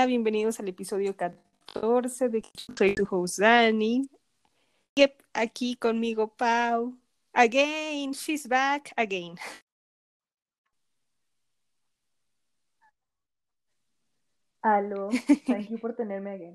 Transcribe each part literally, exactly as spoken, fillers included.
hola, bienvenidos al episodio catorce de Soy tu host Dani. Yep, aquí conmigo Pau. Again, she's back again. Aló, thank you por tenerme again.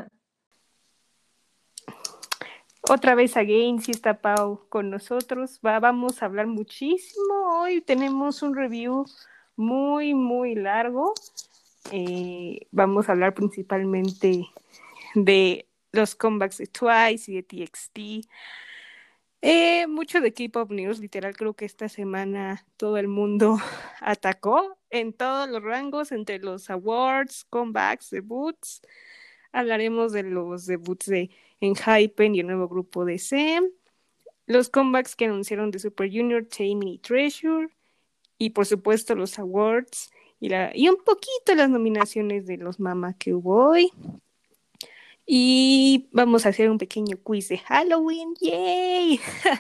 Otra vez again, sí está Pau con nosotros. Va, vamos a hablar muchísimo. Hoy tenemos un review muy, muy largo. Eh, vamos a hablar principalmente de los comebacks de Twice y de T X T. Eh, mucho de K-Pop News, literal, creo que esta semana todo el mundo atacó en todos los rangos, entre los awards, comebacks, debuts. Hablaremos de los debuts de ENHYPEN y el nuevo grupo de S E M, los comebacks que anunciaron de Super Junior, Taemin y Treasure, y por supuesto los awards y, la, y un poquito las nominaciones de los Mama que hubo hoy. Y vamos a hacer un pequeño quiz de Halloween, ¡yay!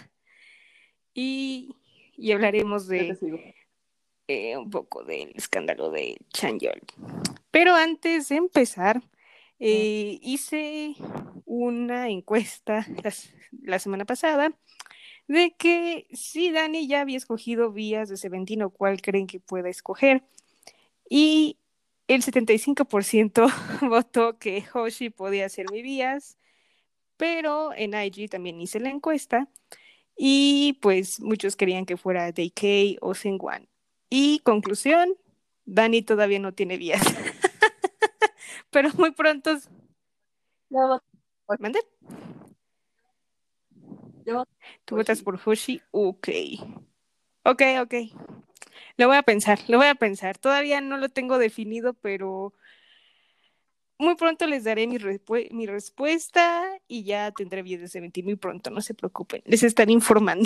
y, y hablaremos de eh, un poco del escándalo de Chanyeol. Pero antes de empezar, eh, hice una encuesta la, la semana pasada de que si Dani ya había escogido vías de Seventeen o cuál creen que pueda escoger. Y el setenta y cinco por ciento votó que Hoshi podía ser mi vías, pero en I G también hice la encuesta y pues muchos querían que fuera D K o Seungwan. Y conclusión, Dani todavía no tiene vías. Pero muy pronto... Yo ¿Mande? Yo ¿Tú votas por Hoshi? Ok. Ok, ok. Lo voy a pensar, lo voy a pensar. Todavía no lo tengo definido, pero muy pronto les daré mi, repu- mi respuesta y ya tendré vías de Seventeen muy pronto, no se preocupen. Les estaré informando.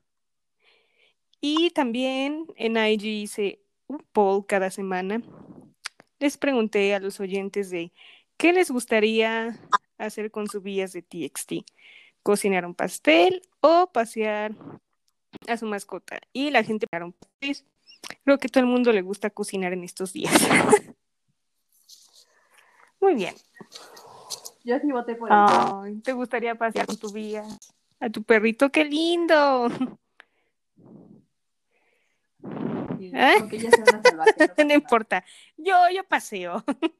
Y también en I G hice un poll cada semana. Les pregunté a los oyentes de qué les gustaría hacer con sus vías de T X T. Cocinar un pastel o pasear a su mascota. Y la gente pararon. Creo que a todo el mundo le gusta cocinar en estos días. Muy bien. Yo sí voté por el oh, ¿te gustaría pasear con tu vía? A tu perrito, qué lindo. Sí, ¿eh? Aunque ella sea una salvaje. No, no importa. Yo, yo paseo.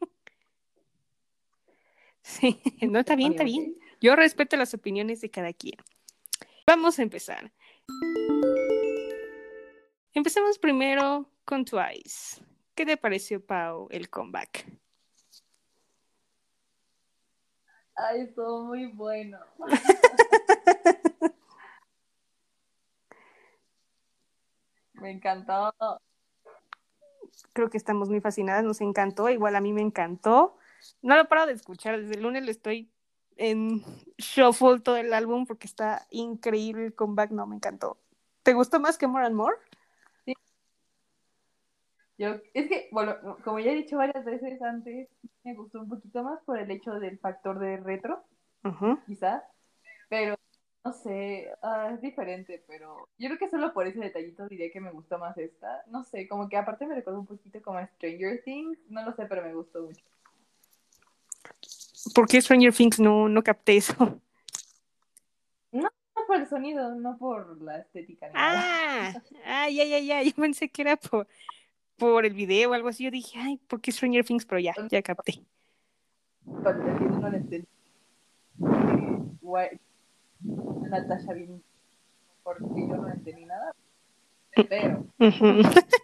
Sí, no, está bien, está bien. Yo respeto las opiniones de cada quien. Vamos a empezar. Empecemos primero con Twice. ¿Qué te pareció, Pau, el comeback? Ay, estuvo muy bueno. Me encantó. Creo que estamos muy fascinadas, nos encantó, igual a mí me encantó. No lo he parado de escuchar, desde el lunes lo estoy en shuffle todo el álbum porque está increíble el comeback, no, me encantó. ¿Te gustó más que More and More? Sí. Yo, es que, bueno, como ya he dicho varias veces antes, me gustó un poquito más por el hecho del factor de retro, uh-huh. quizás, pero no sé, uh, es diferente, pero yo creo que solo por ese detallito diría que me gustó más esta. No sé, como que aparte me recordó un poquito como a Stranger Things, no lo sé, pero me gustó mucho. ¿Por qué Stranger Things no, no capté eso? No, no por el sonido, no por la estética ni ah, nada. Ah, ya, ya, ya, yo pensé que era por, por el video o algo así. Yo dije, ay, ¿por qué Stranger Things? Pero ya, ya capté. Cuando el video no lo entendí. Eh, guay, Natasha bien, porque yo no entendí nada. Pero. Uh-huh.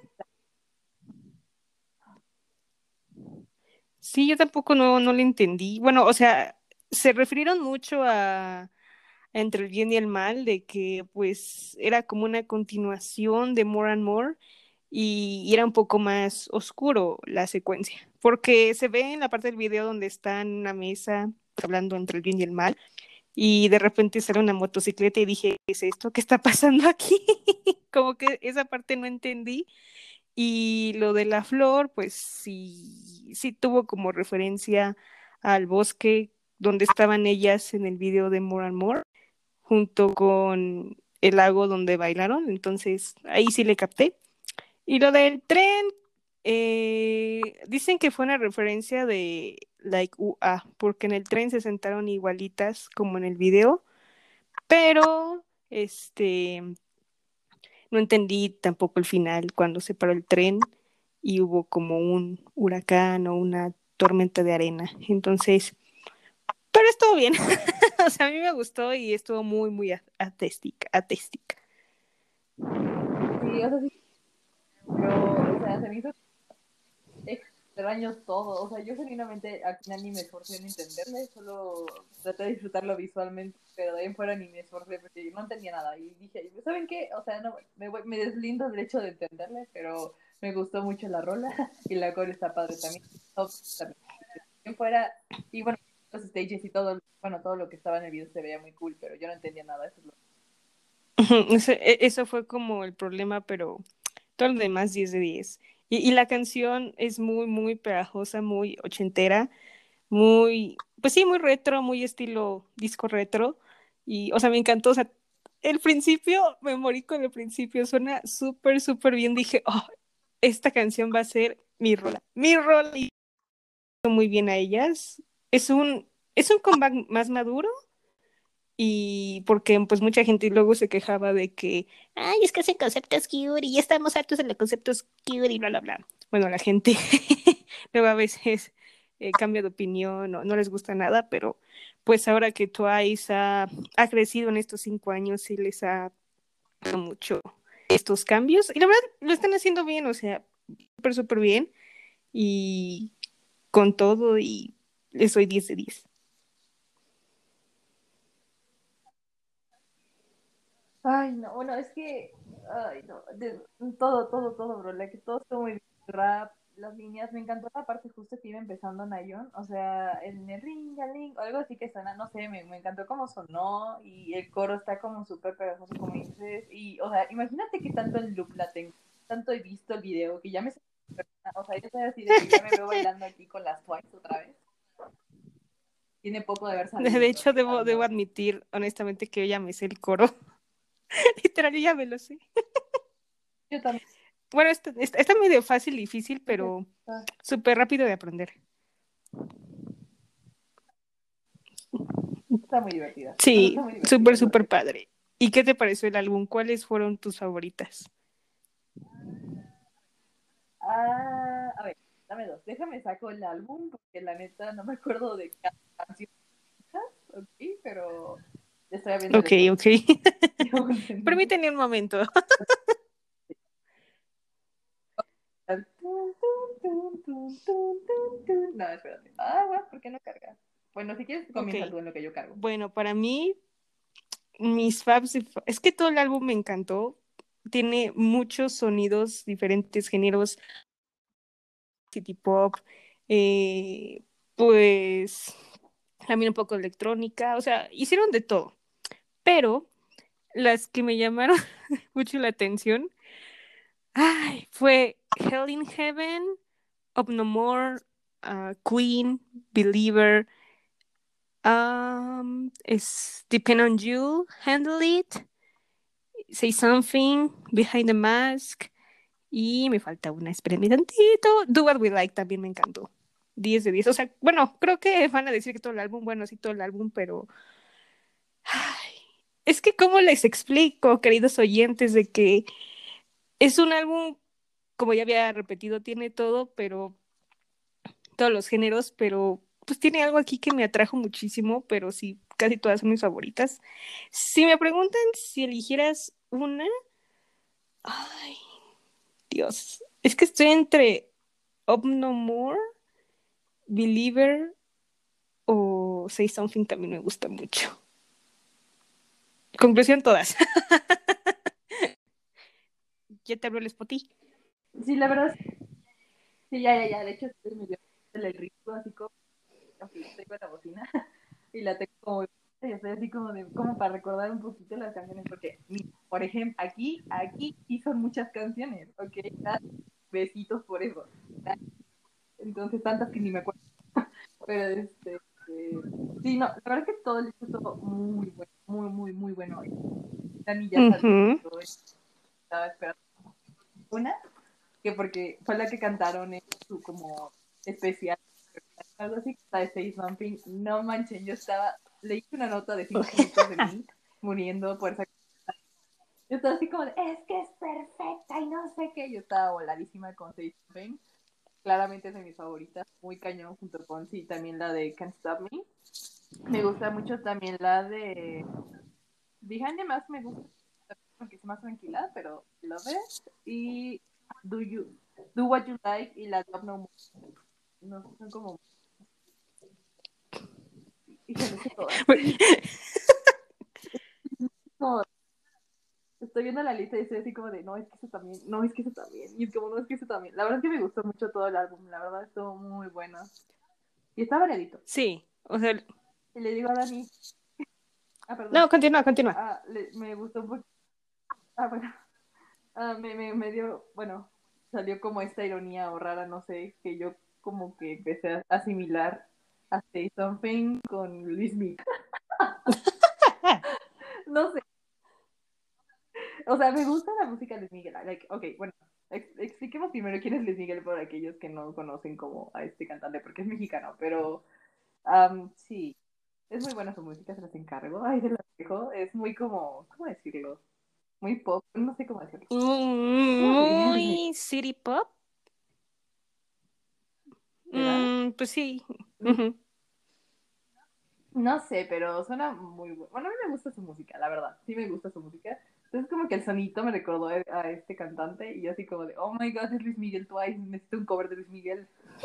Sí, yo tampoco no, no le entendí. Bueno, o sea, se refirieron mucho a, a Entre el bien y el mal, de que pues era como una continuación de More and More y, y era un poco más oscuro la secuencia, porque se ve en la parte del video donde está en una mesa hablando entre el bien y el mal y de repente sale una motocicleta y dije, ¿qué es esto? ¿Qué está pasando aquí? Como que esa parte no entendí. Y lo de la flor, pues sí, sí tuvo como referencia al bosque donde estaban ellas en el video de More and More, junto con el lago donde bailaron, entonces ahí sí le capté. Y lo del tren, Eh, dicen que fue una referencia de like U A, porque en el tren se sentaron igualitas como en el video, pero este no entendí tampoco el final cuando se paró el tren y hubo como un huracán o una tormenta de arena. Entonces, pero estuvo bien. O sea, a mí me gustó y estuvo muy, muy artística. artística. Sí, o sea, sí, pero, o sea, se me hizo extraño todo. O sea, yo genuinamente al final ni me esforcé en entenderle, solo traté de disfrutarlo visualmente, pero de ahí en fuera ni me esforcé porque yo no entendía nada. Y dije, ¿saben qué? O sea, no, me, voy, me deslindo del hecho de entenderle, pero me gustó mucho la rola y la core está padre también. En fuera, y bueno, los stages y todo, bueno, todo lo que estaba en el video se veía muy cool, pero yo no entendía nada. Eso es lo... Eso, eso fue como el problema, pero todo lo demás diez de diez. Y, y la canción es muy, muy pegajosa, muy ochentera, muy, pues sí, muy retro, muy estilo disco retro. Y, o sea, me encantó. O sea, el principio, me morí con el principio, suena súper, súper bien. Dije, oh, esta canción va a ser mi rola, mi rola. Y muy bien a ellas. Es un, es un comeback más maduro y porque pues mucha gente luego se quejaba de que, ay, es que hacen conceptos cute y ya estamos hartos de los conceptos cute y bla, bla, bla. Bueno, la gente luego a veces eh, cambia de opinión o no les gusta nada, pero pues ahora que Twice ha, ha crecido en estos cinco años y les ha dado mucho estos cambios y la verdad lo están haciendo bien, o sea, súper, súper bien y con todo y les doy diez de diez. Ay, no, bueno, es que, ay, no, de, todo, todo, todo, bro, la que todo estuvo muy bien, rap, las líneas, me encantó la parte justo que iba empezando Nayon, o sea, en el ring, a ling, o algo así que suena, no sé, me, me encantó cómo sonó, y el coro está como súper pegajoso, como dices, y, o sea, imagínate que tanto en loop la tengo, tanto he visto el video, que ya me, o sea, yo estoy así de que ya me veo bailando aquí con las Twice otra vez, tiene poco de haber De salido, hecho, porque, debo, ay, debo no, admitir honestamente que yo ya me sé el coro. Literal, yo ya me lo sé. yo también, Bueno, está, está, está medio fácil y difícil, pero súper rápido de aprender. está muy divertida, está Sí, muy súper, divertida, es lo súper que... padre. ¿Y qué te pareció el álbum? ¿Cuáles fueron tus favoritas? Ah, a ver, dame dos. Déjame saco el álbum porque la neta no me acuerdo de cada canción, ok, pero estoy abriendo el Ok, Spotify. ok. Entonces, Permíteme un momento. no, espérate. Ah, bueno, ¿por qué no carga? Bueno, si quieres Ok, comienza tú en lo que yo cargo. bueno, para mí, mis faves, es que todo el álbum me encantó. Tiene muchos sonidos, diferentes géneros, city pop, eh, pues también un poco electrónica, o sea, hicieron de todo, pero las que me llamaron mucho la atención, ay, fue Hell in Heaven, Up No More, uh, Queen, Believer, um, es Depend on You, Handle It, Say Something, Behind the Mask, y me falta una, espérenme tantito, Do What We Like también me encantó. Diez de diez. O sea, bueno, creo que van a decir que todo el álbum, bueno, sí, todo el álbum, pero ay, es que cómo les explico, queridos oyentes, de que es un álbum, como ya había repetido, tiene todo, pero todos los géneros, pero pues tiene algo aquí que me atrajo muchísimo, pero sí, casi todas son mis favoritas. Si me preguntan si eligieras una, ay, Dios, es que estoy entre Up No More, Believer o Say Something también me gusta mucho. Conclusión todas. Ya te abro el spotty. Sí, la verdad, sí, ya, ya, ya. De hecho, estoy medio el ritmo, así como, así, tengo la bocina y la tengo como, y estoy así como de, como para recordar un poquito las canciones, porque, mira, por ejemplo, aquí, aquí sí son muchas canciones, ok, besitos por eso. Entonces, tantas que ni me acuerdo. Pero, este, eh, sí, no, la verdad es que todo el disco estuvo muy bueno, muy, muy, muy bueno. Dani ya sabía Uh-huh. todo, estaba esperando una, que porque fue la que cantaron en su como especial, algo así, de Say Something. No manchen, yo estaba, le hice una nota de cinco minutos de mí muriendo por esa. Yo estaba así como de, es que es perfecta y no sé qué. Yo estaba voladísima con Say Something. Claramente es de mis favoritas, muy cañón junto con sí, también la de Can't Stop Me. Me gusta mucho también la de Behind the Mask, me gusta porque es más tranquila, pero Love It. Y Do You Do What You Like y la Love No More. No, son como. Híjole, es que todas. No, estoy viendo la lista y estoy así como de, no, es que eso también, no, es que eso también. Y es como, no, es que eso también. La verdad es que me gustó mucho todo el álbum, la verdad estuvo muy bueno. Y está variadito. Sí, o sea. Y le digo a Dani. Ah, perdón. No, continúa, continúa. Ah, le, me gustó un poco. Ah, bueno. Ah, me, me, me dio, bueno, salió como esta ironía o rara, no sé, que yo como que empecé a asimilar a Say Something con Luis Miguel. No sé. O sea, me gusta la música de Luis Miguel. Like, ok, bueno, ex expliquemos primero quién es Luis Miguel para aquellos que no conocen como a este cantante, porque es mexicano, pero um, sí, es muy buena su música, se las encargo. Ay, se las dejo. Es muy como, ¿cómo decirlo? Muy pop, no sé cómo decirlo. ¿Cómo se diría Luis Miguel? Muy city pop. ¿Será? Mm, pues sí. Uh-huh. No sé, pero suena muy bueno. Bueno, a mí me gusta su música, la verdad. Sí me gusta su música. Entonces como que el sonito me recordó a este cantante y yo así como de, oh my god, es Luis Miguel Twice, necesito un cover de Luis Miguel.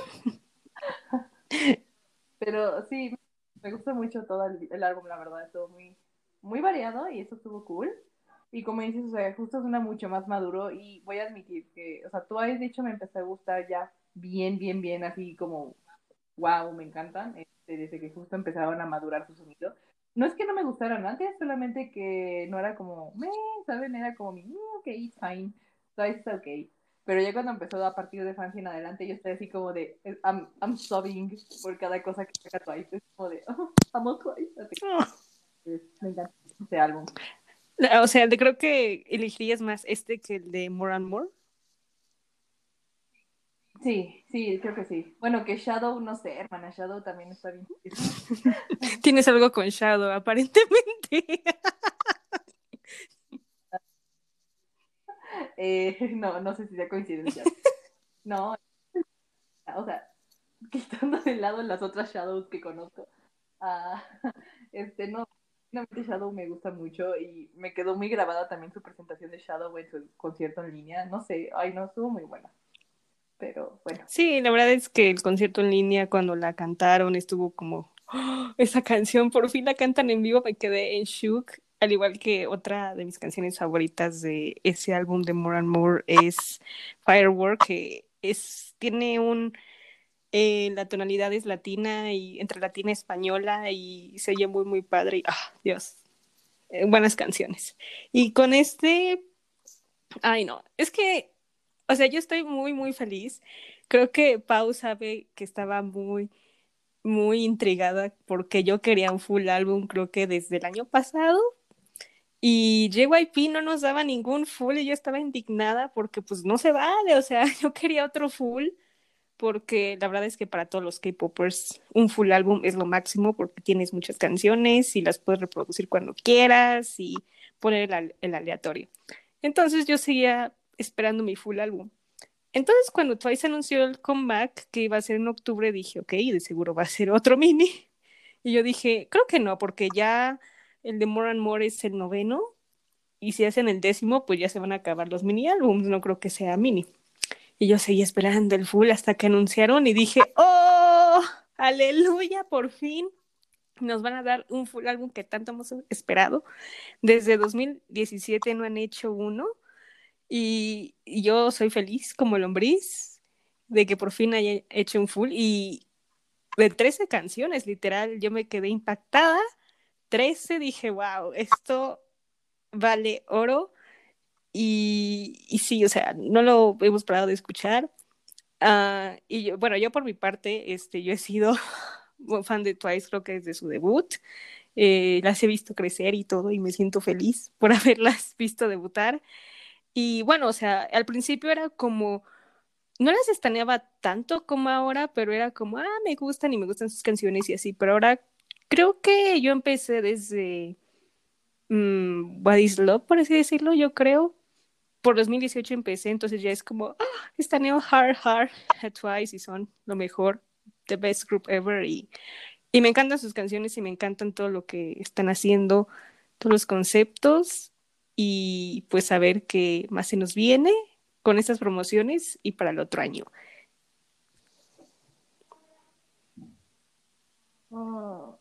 Pero sí, me gusta mucho todo el, el álbum, la verdad. Estuvo muy, muy variado y eso estuvo cool. Y como dices, o sea, justo suena mucho más maduro y voy a admitir que, o sea, Twice de hecho me empezó a gustar ya bien, bien, bien, así como wow, me encantan, este, desde que justo empezaron a madurar su sonido. No es que no me gustaran antes, solamente que no era como, meh, ¿saben? Era como, mi, mm, ok, it's fine, Twice it's okay. Pero ya cuando empezó a partir de Fancy en adelante, yo estoy así como de, I'm, I'm sobbing por cada cosa que saca Twice. Es como de, oh, amo Twice. Así. Oh. Me encanta este álbum. O sea, creo que elegirías más este que el de More and More. Sí, sí, creo que sí. Bueno, que Shadow, no sé, hermana, Shadow también está bien. Tienes algo con Shadow, aparentemente. eh, no, no sé si sea coincidencia. No, o sea, quitando de lado las otras Shadows que conozco. Uh, este, no, finalmente Shadow me gusta mucho y me quedó muy grabada también su presentación de Shadow en su concierto en línea. No sé, ay, no, estuvo muy buena. Pero bueno. Sí, la verdad es que el concierto en línea, cuando la cantaron, estuvo como, oh, esa canción, por fin la cantan en vivo, me quedé en shock. Al igual que otra de mis canciones favoritas de ese álbum de More and More es Firework, que es, tiene un, eh, la tonalidad es latina y entre latina y española y se oye muy, muy padre. Y, ah, Dios, eh, buenas canciones. Y con este, ay no, es que, o sea, yo estoy muy, muy feliz. Creo que Pau sabe que estaba muy, muy intrigada porque yo quería un full álbum, creo que desde el año pasado. Y J Y P no nos daba ningún full y yo estaba indignada porque pues no se vale, o sea, yo quería otro full porque la verdad es que para todos los K-popers un full álbum es lo máximo porque tienes muchas canciones y las puedes reproducir cuando quieras y poner el, el aleatorio. Entonces yo seguía esperando mi full álbum. Entonces cuando Twice anunció el comeback que iba a ser en octubre, dije, ok, de seguro va a ser otro mini. Y yo dije, creo que no, porque ya el de More and More es el noveno y si hacen el décimo, pues ya se van a acabar los mini álbums, no creo que sea mini. Y yo seguí esperando el full hasta que anunciaron y dije, ¡oh! ¡Aleluya! Por fin nos van a dar un full álbum que tanto hemos esperado. Desde dos mil diecisiete no han hecho uno y, y yo soy feliz como lombriz de que por fin haya hecho un full y de trece canciones, literal, yo me quedé impactada. trece dije, wow, esto vale oro. Y, y sí, o sea, no lo hemos parado de escuchar. Uh, y yo, bueno, yo por mi parte, este, yo he sido fan de Twice, creo que desde su debut. Eh, las he visto crecer y todo, y me siento feliz por haberlas visto debutar. Y bueno, o sea, al principio era como no las estaneaba tanto como ahora, pero era como, ah, me gustan y me gustan sus canciones y así, pero ahora creo que yo empecé desde um, What is Love, por así decirlo, yo creo. Por dos mil dieciocho empecé, entonces ya es como, ah, estaneo Hard Hard a Twice y son lo mejor, the best group ever y, y me encantan sus canciones y me encantan todo lo que están haciendo, todos los conceptos y pues a ver qué más se nos viene con estas promociones y para el otro año. Oh.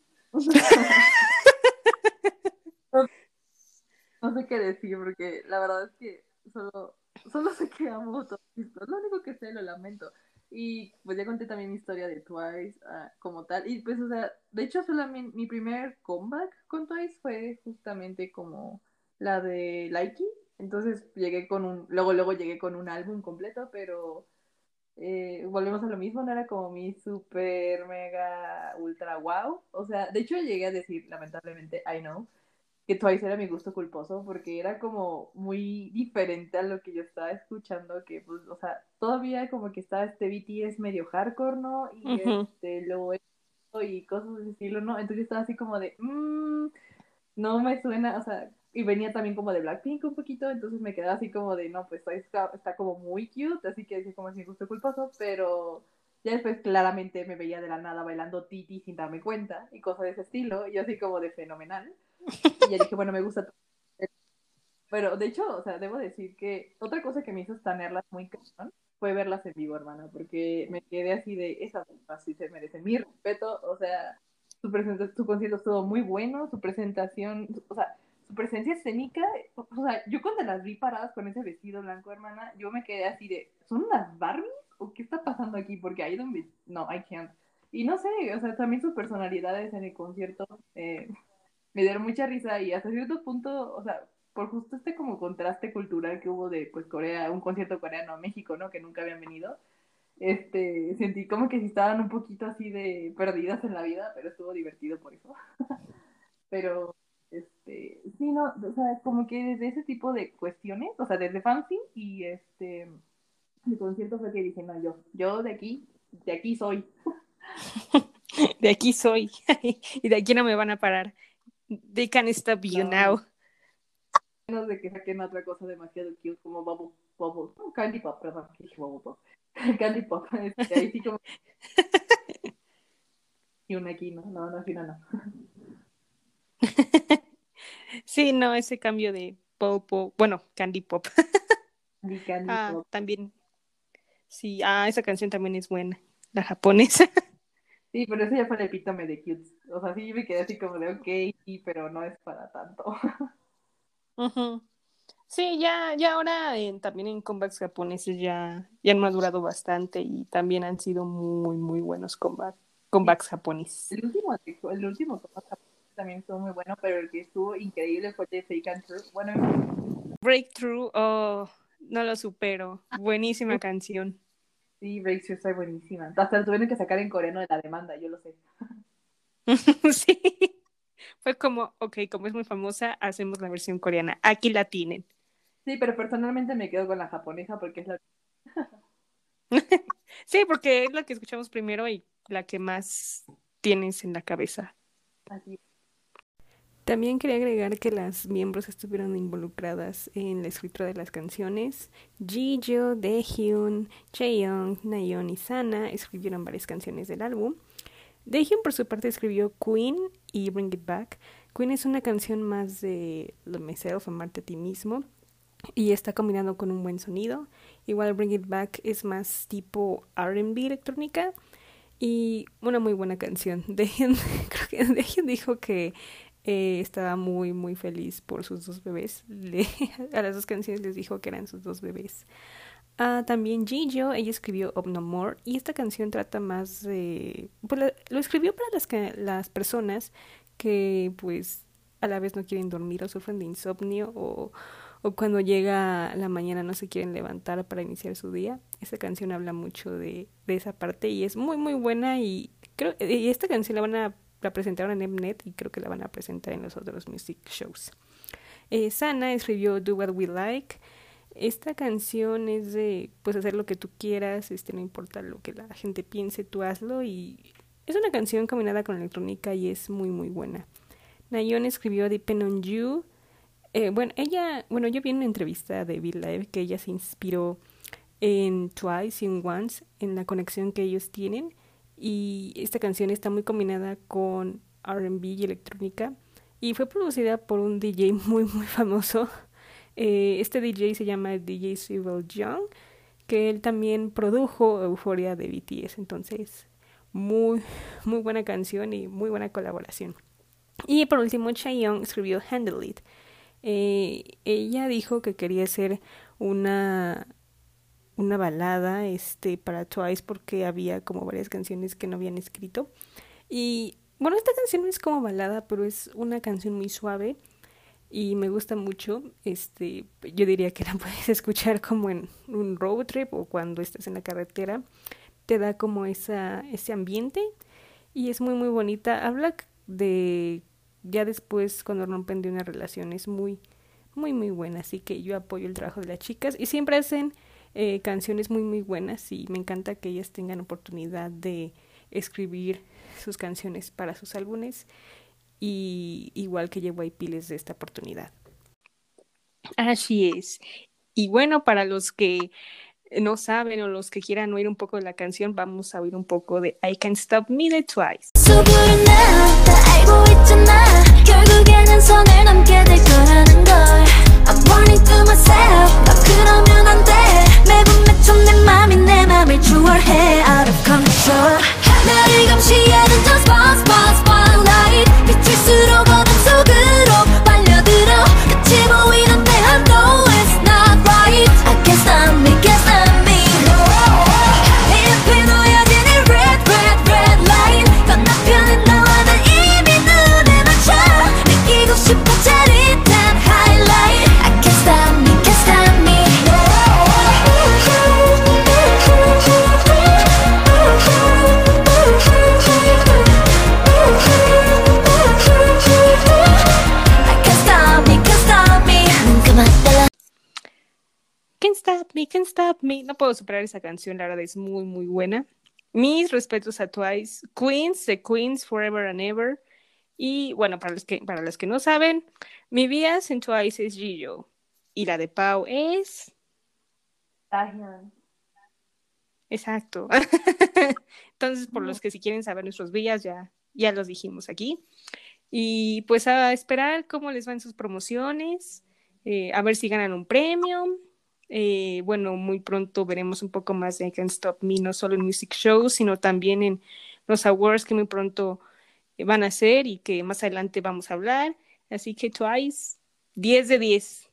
No sé qué decir porque la verdad es que solo, solo sé que amo todos los discos. Lo único que sé, lo lamento. Y pues ya conté también mi historia de Twice uh, como tal. Y pues, o sea, de hecho, solamente mi primer comeback con Twice fue justamente como la de Likey. Entonces llegué con un, luego, luego llegué con un álbum completo, pero eh, volvemos a lo mismo, no era como mi super mega ultra wow. O sea, de hecho llegué a decir, lamentablemente, I know que Twice era mi gusto culposo porque era como muy diferente a lo que yo estaba escuchando, que pues, o sea, todavía como que estaba este B T S medio hardcore, ¿no? Y Uh-huh. este, luego y cosas de ese estilo, ¿no? Entonces yo estaba así como de, mmm, no me suena, o sea, y venía también como de Blackpink un poquito, entonces me quedaba así como de, no, pues está, está como muy cute, así que es como es mi gusto culposo, pero ya después claramente me veía de la nada bailando Titi sin darme cuenta y cosas de ese estilo, y yo así como de fenomenal. Y ya dije, bueno, me gusta. Pero de hecho, o sea, debo decir que otra cosa que me hizo estanearlas muy cabrón fue verlas en vivo, hermana, porque me quedé así de, esas así se merecen mi respeto, o sea, su, presenta su concierto estuvo muy bueno, su presentación, o sea, su presencia escénica, o sea, yo cuando las vi paradas con ese vestido blanco, hermana, yo me quedé así de, ¿son unas Barbies? ¿O qué está pasando aquí? Porque ahí donde, no, I can't. Y no sé, o sea, también sus personalidades en el concierto, eh, me dieron mucha risa y hasta cierto punto, o sea, por justo este como contraste cultural que hubo de pues Corea, un concierto coreano a México, ¿no? Que nunca habían venido, este, sentí como que sí estaban un poquito así de perdidas en la vida, pero estuvo divertido por eso. Pero, este, sí, no, o sea, como que desde ese tipo de cuestiones, o sea, desde fancy y este, mi concierto fue que dije, no, yo, yo de aquí, de aquí soy. De aquí soy y de aquí no me van a parar. They can't stop you No, now. no, menos de que saquen otra cosa demasiado cute como Bubble, Bubble, no, Candy Pop, perdón, que dije Bubble Pop. Candy Pop, este, ahí sí como y una aquí, no, no, no, sí, no, no. Sí, no, ese cambio de pop, pop, bueno, Candy Pop. Candy, Candy Ah, Pop. también, sí, ah, esa canción también es buena, la japonesa. Sí, pero ese ya fue el epítome de cute. O sea, sí me quedé así como de ok, sí, pero no es para tanto. Uh-huh. Sí, ya, ya ahora en, también en comebacks japoneses ya, ya han madurado bastante y también han sido muy, muy buenos comeback, Sí, comebacks japoneses. el último, el último también estuvo muy bueno, pero el que estuvo increíble fue de Fake and True. Bueno, Breakthrough, oh, no lo supero. Buenísima uf, canción. sí, Breakthrough está buenísima. Hasta lo tuvieron que sacar en coreano de la demanda, yo lo sé. Sí, fue como, ok, como es muy famosa, hacemos la versión coreana. Aquí la tienen. Sí, pero personalmente me quedo con la japonesa porque es la... Sí, porque es la que escuchamos primero y la que más tienes en la cabeza. Así. También quería agregar que las miembros estuvieron involucradas en la escritura de las canciones. Jihyo, Daehyun, Chaeyoung, Nayeon y Sana escribieron varias canciones del álbum. Daehyun por su parte escribió Queen y Bring It Back. Queen es una canción más de Love Myself, amarte a ti mismo, y está combinando con un buen sonido. Igual Bring It Back es más tipo R and B electrónica y una muy buena canción. Daehyun, creo que Daehyun dijo que eh, estaba muy muy feliz por sus dos bebés. Le, a las dos canciones les dijo que eran sus dos bebés. Uh, también Jihyo, ella escribió Up No More y esta canción trata más de... Pues la, lo escribió para las, que, las personas que pues a la vez no quieren dormir o sufren de insomnio o, o cuando llega la mañana no se quieren levantar para iniciar su día. Esta canción habla mucho de, de esa parte y es muy muy buena y creo y esta canción la van a la presentaron en Mnet y creo que la van a presentar en los otros music shows. Eh, Sana escribió Do What We Like. Esta canción es de, pues, hacer lo que tú quieras, este, no importa lo que la gente piense, tú hazlo, y es una canción combinada con electrónica y es muy, muy buena. Nayeon escribió Depend on You. Eh, bueno, ella, bueno, yo vi en una entrevista de Be Live que ella se inspiró en Twice y en Once, en la conexión que ellos tienen, y esta canción está muy combinada con R and B y electrónica, y fue producida por un D J muy, muy famoso. Eh, este D J se llama D J Civil Young, que él también produjo Euphoria de B T S, entonces muy, muy buena canción y muy buena colaboración. Y por último, Chaeyoung escribió Handle It. Eh, ella dijo que quería hacer una, una balada este, para Twice porque había como varias canciones que no habían escrito. Y bueno, esta canción no es como balada, pero es una canción muy suave y me gusta mucho. Este, yo diría que la puedes escuchar como en un road trip o cuando estás en la carretera. Te da como esa, ese ambiente y es muy muy bonita. Habla de ya después cuando rompen de una relación, es muy muy muy buena, así que yo apoyo el trabajo de las chicas y siempre hacen eh, canciones muy muy buenas y me encanta que ellas tengan oportunidad de escribir sus canciones para sus álbumes, y igual que J Y P les de esta oportunidad. Así es. Y bueno, para los que no saben o los que quieran oír un poco de la canción, vamos a oír un poco de I Can't Stop Me de Twice. Can't Stop Me, Can't Stop Me. No puedo superar esa canción, la verdad es muy, muy buena. Mis respetos a Twice. Queens, The Queens, Forever and Ever. Y bueno, para los que, para los que no saben, mi bias en Twice es Jihyo. Y la de Pau es... Taehyung. Exacto. Entonces, por los que si quieren saber nuestros vías, ya, ya los dijimos aquí. Y pues a esperar cómo les van sus promociones, eh, a ver si ganan un premio. Eh, bueno, muy pronto veremos un poco más de I Can't Stop Me, no solo en music shows, sino también en los awards que muy pronto van a hacer y que más adelante vamos a hablar. Así que Twice, diez de diez.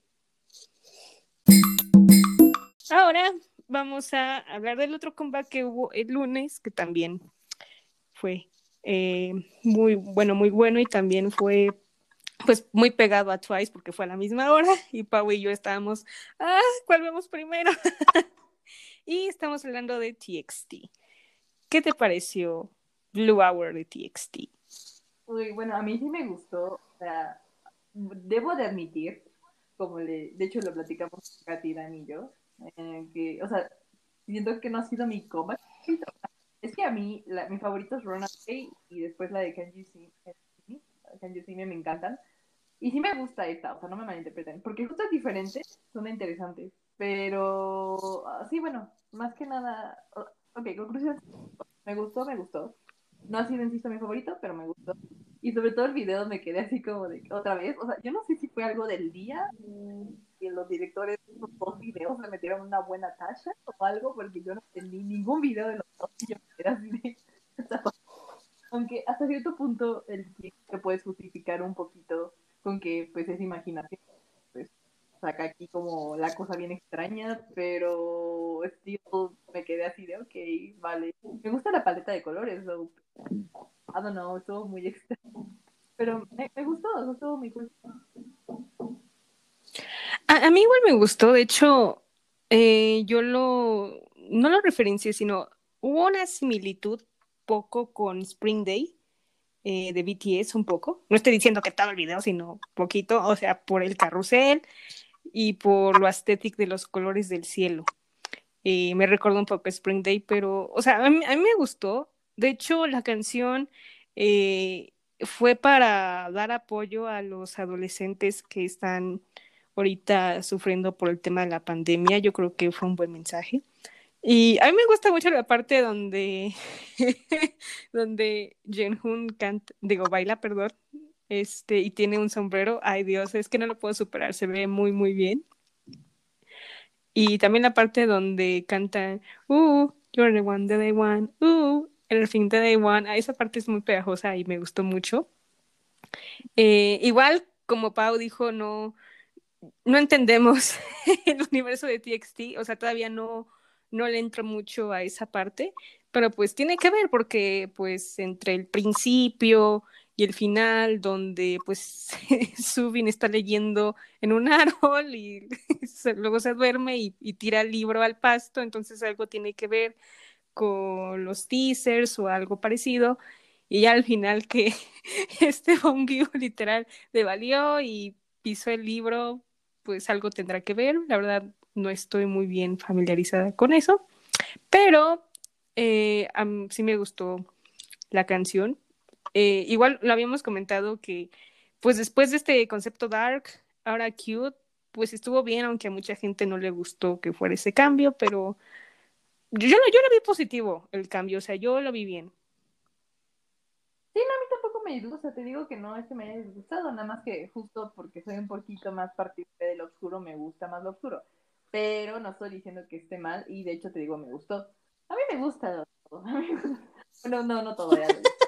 Ahora vamos a hablar del otro comeback que hubo el lunes, que también fue eh, muy bueno, muy bueno, y también fue pues muy pegado a Twice porque fue a la misma hora y Pau y yo estábamos, ah, ¿cuál vemos primero? Y estamos hablando de T X T. ¿Qué te pareció Blue Hour de T X T? Uy, bueno, a mí sí me gustó, o sea, debo de admitir, como le, de hecho lo platicamos Katy, Dan y yo, eh, que, o sea, siento que no ha sido mi comeback. Es que a mí, la, mi favorito es Runaway y después la de Can You See Me, Can You See Me me encantan. Y sí me gusta esta, o sea, no me malinterpreten, porque justo es diferente, son interesantes, pero sí, bueno, más que nada, ok, conclusión, me gustó, me gustó. No ha sido, insisto, mi favorito, pero me gustó. Y sobre todo el video me quedé así como de otra vez, o sea, yo no sé si fue algo del día y los directores de esos dos videos le metieron una buena tacha o algo, porque yo no entendí ningún video de los dos y yo me quedé así de... Aunque hasta cierto punto el que puedes justificar un poquito con que pues es imaginación, pues saca aquí como la cosa bien extraña, pero still me quedé así de ok, vale. Me gusta la paleta de colores, so, I don't know, estuvo muy extraño. Pero me, me gustó, estuvo muy cool. A, a mí igual me gustó, de hecho, eh, yo lo, no lo referencié, sino hubo una similitud poco con Spring Day eh, de B T S, un poco. No estoy diciendo que todo el video, sino poquito, o sea, por el carrusel. y por lo estético de los colores del cielo. Eh, me recordó un poco Spring Day, pero, o sea, a mí, a mí me gustó. De hecho, la canción eh, fue para dar apoyo a los adolescentes que están ahorita sufriendo por el tema de la pandemia. Yo creo que fue un buen mensaje. Y a mí me gusta mucho la parte donde, donde Jonghyun canta, digo, baila, perdón, este, y tiene un sombrero. Ay, Dios, es que no lo puedo superar, se ve muy, muy bien. Y también la parte donde cantan, uh, you're the one that I want, uh, everything that I want. Ah, esa parte es muy pegajosa y me gustó mucho. Eh, igual, como Pau dijo, no, no entendemos el universo de T X T, o sea, todavía no, no le entro mucho a esa parte, pero pues tiene que ver porque pues entre el principio y el final, donde pues Subin está leyendo en un árbol y luego se duerme y, y tira el libro al pasto, entonces algo tiene que ver con los teasers o algo parecido, y ya al final que este Bongyu literal le valió y pisó el libro, pues algo tendrá que ver. La verdad no estoy muy bien familiarizada con eso, pero eh, um, sí me gustó la canción. Eh, igual lo habíamos comentado que pues después de este concepto dark, ahora cute, pues estuvo bien, aunque a mucha gente no le gustó que fuera ese cambio, pero yo, yo, lo, yo lo vi positivo, el cambio, o sea, yo lo vi bien. Sí, no, a mí tampoco me disgusta, o sea, te digo que no es que me haya disgustado, nada más que justo porque soy un poquito más partícipe del oscuro, me gusta más lo oscuro. Pero no estoy diciendo que esté mal, y de hecho te digo, me gustó. A mí me gusta todo. Bueno, no, no todo, ya lo dije.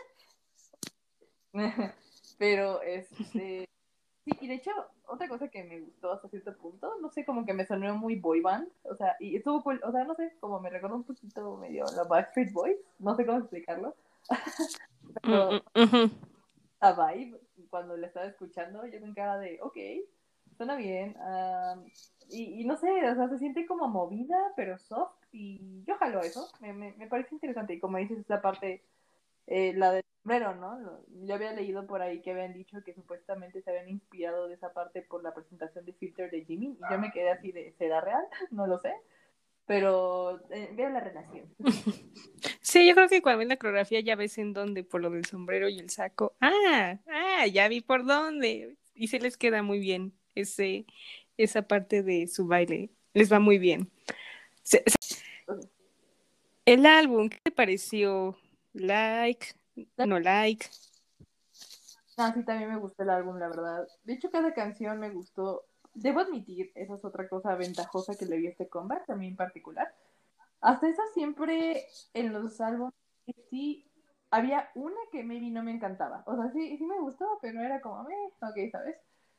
Pero, este, sí, y de hecho, otra cosa que me gustó hasta cierto punto, no sé, como que me sonó muy boy band, o sea, y estuvo cool, o sea, no sé, como me recordó un poquito medio la Backstreet Boys, no sé cómo explicarlo, Mm, pero mm, mm. la vibe, cuando la estaba escuchando, yo con cara de, ok, suena bien, um, y, y, no sé, o sea, se siente como movida, pero soft, y yo jalo eso, me, me, me parece interesante, y como dices, esta parte, eh, la del sombrero, ¿no? Yo había leído por ahí que habían dicho que supuestamente se habían inspirado de esa parte por la presentación de Filter de Jimmy, y yo me quedé así de, ¿será real? No lo sé, pero eh, veo la relación. Sí, yo creo que cuando ven la coreografía ya ves en dónde, por lo del sombrero y el saco. Ah, ah, ya vi por dónde. Y se les queda muy bien ese, esa parte de su baile. Les va muy bien. Se, se, el álbum, ¿qué te pareció? ¿Like? ¿No like? Ah, sí, también me gustó el álbum, la verdad. De hecho, cada canción me gustó. Debo admitir, esa es otra cosa ventajosa que le vi a este comeback, a mí en particular. Hasta eso siempre en los álbumes sí había una que maybe no me encantaba. O sea, sí, sí me gustó, pero era como, eh, ok, ¿sabes?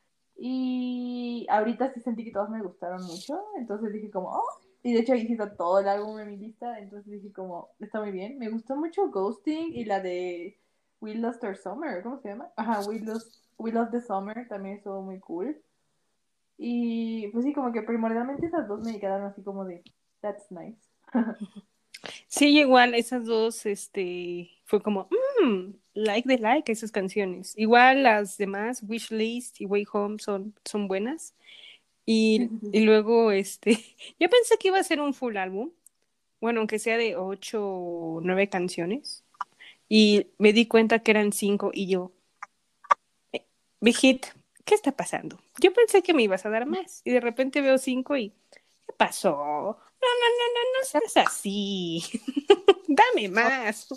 Y ahorita sí sentí que todas me gustaron mucho, entonces dije como, oh, y de hecho ahí sí está todo el álbum en mi lista, entonces dije como, está muy bien. Me gustó mucho Ghosting y la de We Lost Our Summer, ¿cómo se llama? Ajá, We Lost, We Lost the Summer, también estuvo muy cool. Y pues sí, como que primordialmente esas dos me quedaron así como de, that's nice. Sí, igual esas dos, este, fue como, mmm, like de like esas canciones. Igual las demás, Wishlist y Way Home son, son buenas. Sí, Y, sí, sí. y luego, este, yo pensé que iba a ser un full álbum, bueno, aunque sea de ocho o nueve canciones, y me di cuenta que eran cinco y yo, Big Hit, ¿qué está pasando? Yo pensé que me ibas a dar más y de repente veo cinco y, ¿qué pasó? No, no, no, no, no seas así, dame más.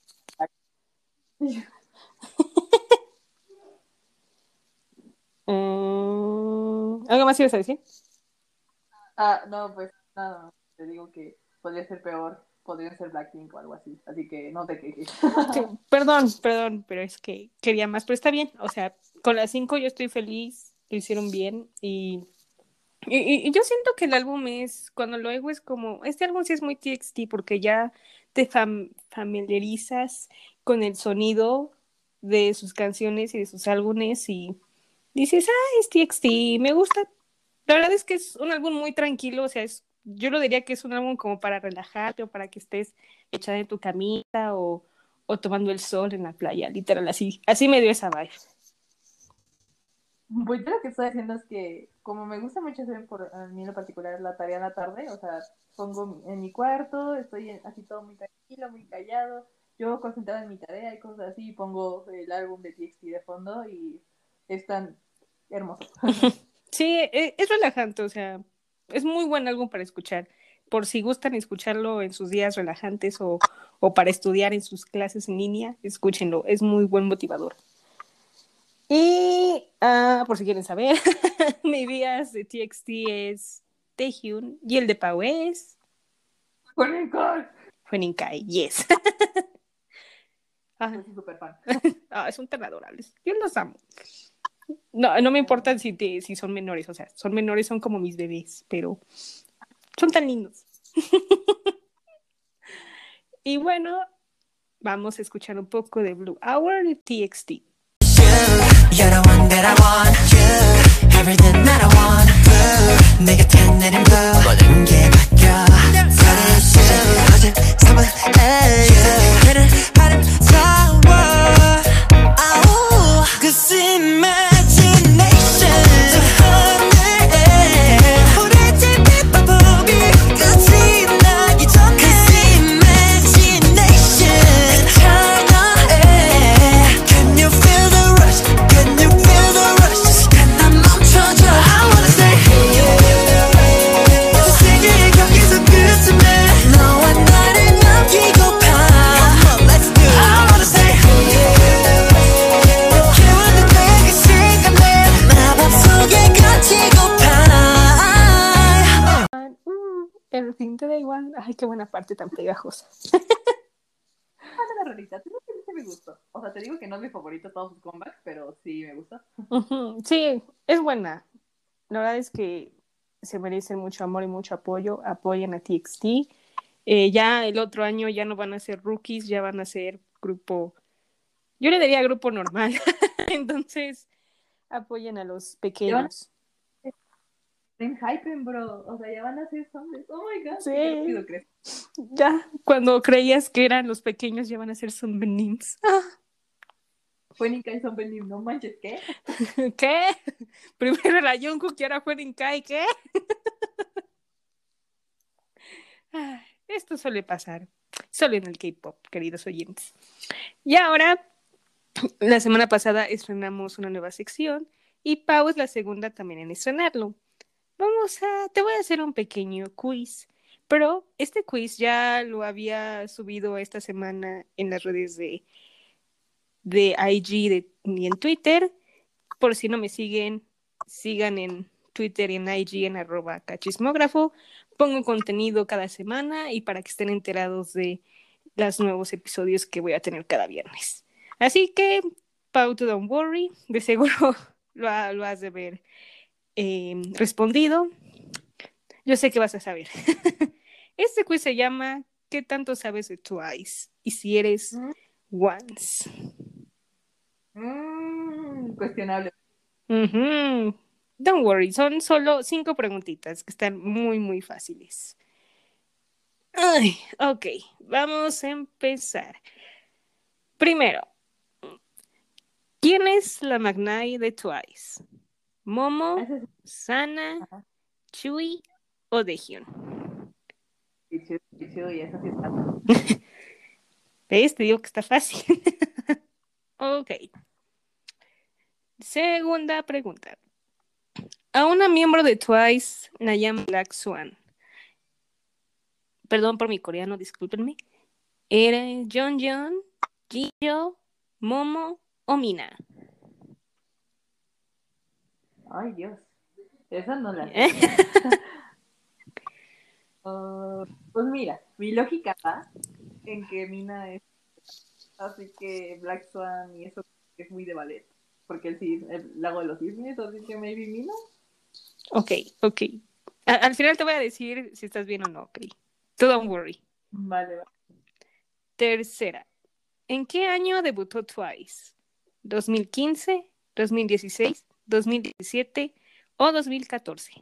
Mm, ¿algo más ibas a decir? Ah, no, pues nada, te digo que podría ser peor, podría ser Blackpink o algo así, así que no te quejes. Sí, perdón, perdón, pero es que quería más, pero está bien, o sea, con las cinco yo estoy feliz, lo hicieron bien y, y, y yo siento que el álbum es, cuando lo oigo es como, este álbum sí es muy T X T porque ya te fam familiarizas con el sonido de sus canciones y de sus álbumes y dices, ah, es T X T, me gusta. La verdad es que es un álbum muy tranquilo, o sea, es, yo lo diría que es un álbum como para relajarte o para que estés echada en tu camita o, o tomando el sol en la playa, literal, así, así me dio esa vibe. Pues yo lo que estoy haciendo es que, como me gusta mucho hacer por a mí en lo particular la tarea en la tarde, o sea, pongo en mi cuarto, estoy en, así todo muy tranquilo, muy callado, yo concentrada en mi tarea y cosas así, y pongo el álbum de T X T de fondo y es tan hermoso. Sí, es, es relajante, o sea, es muy buen álbum para escuchar. Por si gustan escucharlo en sus días relajantes o, o para estudiar en sus clases en línea, escúchenlo, es muy buen motivador. Y uh, por si quieren saber, mi días de T X T es Taehyun y el de Pau es ¡Jueninkai! Hueninkai, yes. Yo soy súper fan. Ah, son tan adorables, yo los amo. No, no me importa si, te, si son menores, o sea, son menores, son como mis bebés, pero son tan lindos. Y bueno, vamos a escuchar un poco de Blue Hour de T X T. You're the one that I want. You, everything that I want. Blue, 내 곁에 내린 blue. 모든 게 바뀌어. 서로 어제 삼분 에이. 그를 아름다워. 아우, cause imagination. 저 하늘에 우리 집이 바보비 끝이 나기 전에. Cause imagination. 차가해. Can you feel the rush? Can you feel the rush? 시간 안 멈춰져. I wanna stay here. 저 세계의 경계선 끝쯤에 너와 나를 남기고파. Come on, let's do it. I wanna stay here. 깨우는 내그 시간에 마법 속에 갇히고파. Everything that I want. Ay, qué buena parte tan pegajosa. La rolita, sí me gustó. O sea, te digo que no es mi favorito todos sus comebacks, pero sí me gusta. Uh-huh. Sí, es buena. La verdad es que se merecen mucho amor y mucho apoyo. Apoyen a T X T. Eh, ya el otro año ya no van a ser rookies, ya van a ser grupo. Yo le diría grupo normal. Entonces, apoyen a los pequeños. En hypen, bro. O sea, ya van a ser zombies. Oh my god. Sí. Qué rápido crees. Ya, cuando creías que eran los pequeños, ya van a ser zombenims. Ah. Hueninkai Zombenim, no manches, ¿qué? ¿Qué? Primero era Jungkook y ahora Hueninkai, ¿qué? Ah, esto suele pasar. Solo en el K-pop, queridos oyentes. Y ahora, la semana pasada estrenamos una nueva sección y Pau es la segunda también en estrenarlo. Vamos a, te voy a hacer un pequeño quiz, pero este quiz ya lo había subido esta semana en las redes de, de I G de, y en Twitter. Por si no me siguen, sigan en Twitter y en I G en arroba cachismógrafo. Pongo contenido cada semana y para que estén enterados de los nuevos episodios que voy a tener cada viernes. Así que, Pau, don't worry, de seguro lo, lo has de ver eh, respondido. Yo sé que vas a saber. Este quiz se llama ¿qué tanto sabes de Twice? Y si eres ¿Mm? Once. Mm, cuestionable. Uh-huh. Don't worry, son solo cinco preguntitas que están muy, muy fáciles. Ay, ok, vamos a empezar. Primero, ¿quién es la Magnai de Twice? ¿Momo, Sana, Ajá. Chui o Daehyun? Chui, Chui, esa sí está. ¿Ves? Te digo que está fácil. Ok. Segunda pregunta. A una miembro de Twice la llaman Black Swan. Perdón por mi coreano, discúlpenme. ¿Era Jeonjeon, Jihyo, Momo o Mina? Ay, Dios. Esa no la sé. uh, pues mira, mi lógica va en que Mina es... Así que Black Swan y eso es muy de ballet. Porque el, el lago de los cisnes, así que maybe Mina. Ok, ok. A, al final te voy a decir si estás bien o no, ok. So don't worry. Vale, vale. Tercera. ¿En qué año debutó Twice? ¿dos mil quince, dos mil dieciséis, dos mil diecisiete o dos mil catorce?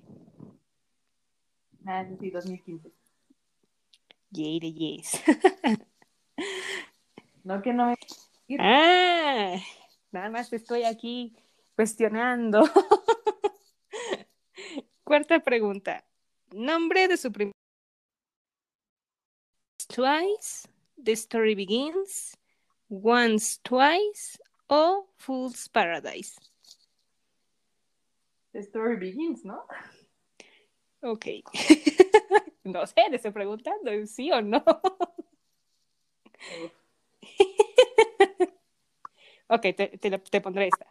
Ah, sí, dos mil quince. Yay de yes. No, que no me... Ah, nada más estoy aquí cuestionando. Cuarta pregunta. Nombre de su primer... Twice, The Story Begins, Once, Twice o Fool's Paradise. The Story Begins, ¿no? Ok. No sé, le estoy preguntando, ¿sí o no? Ok, te, te, te pondré esta.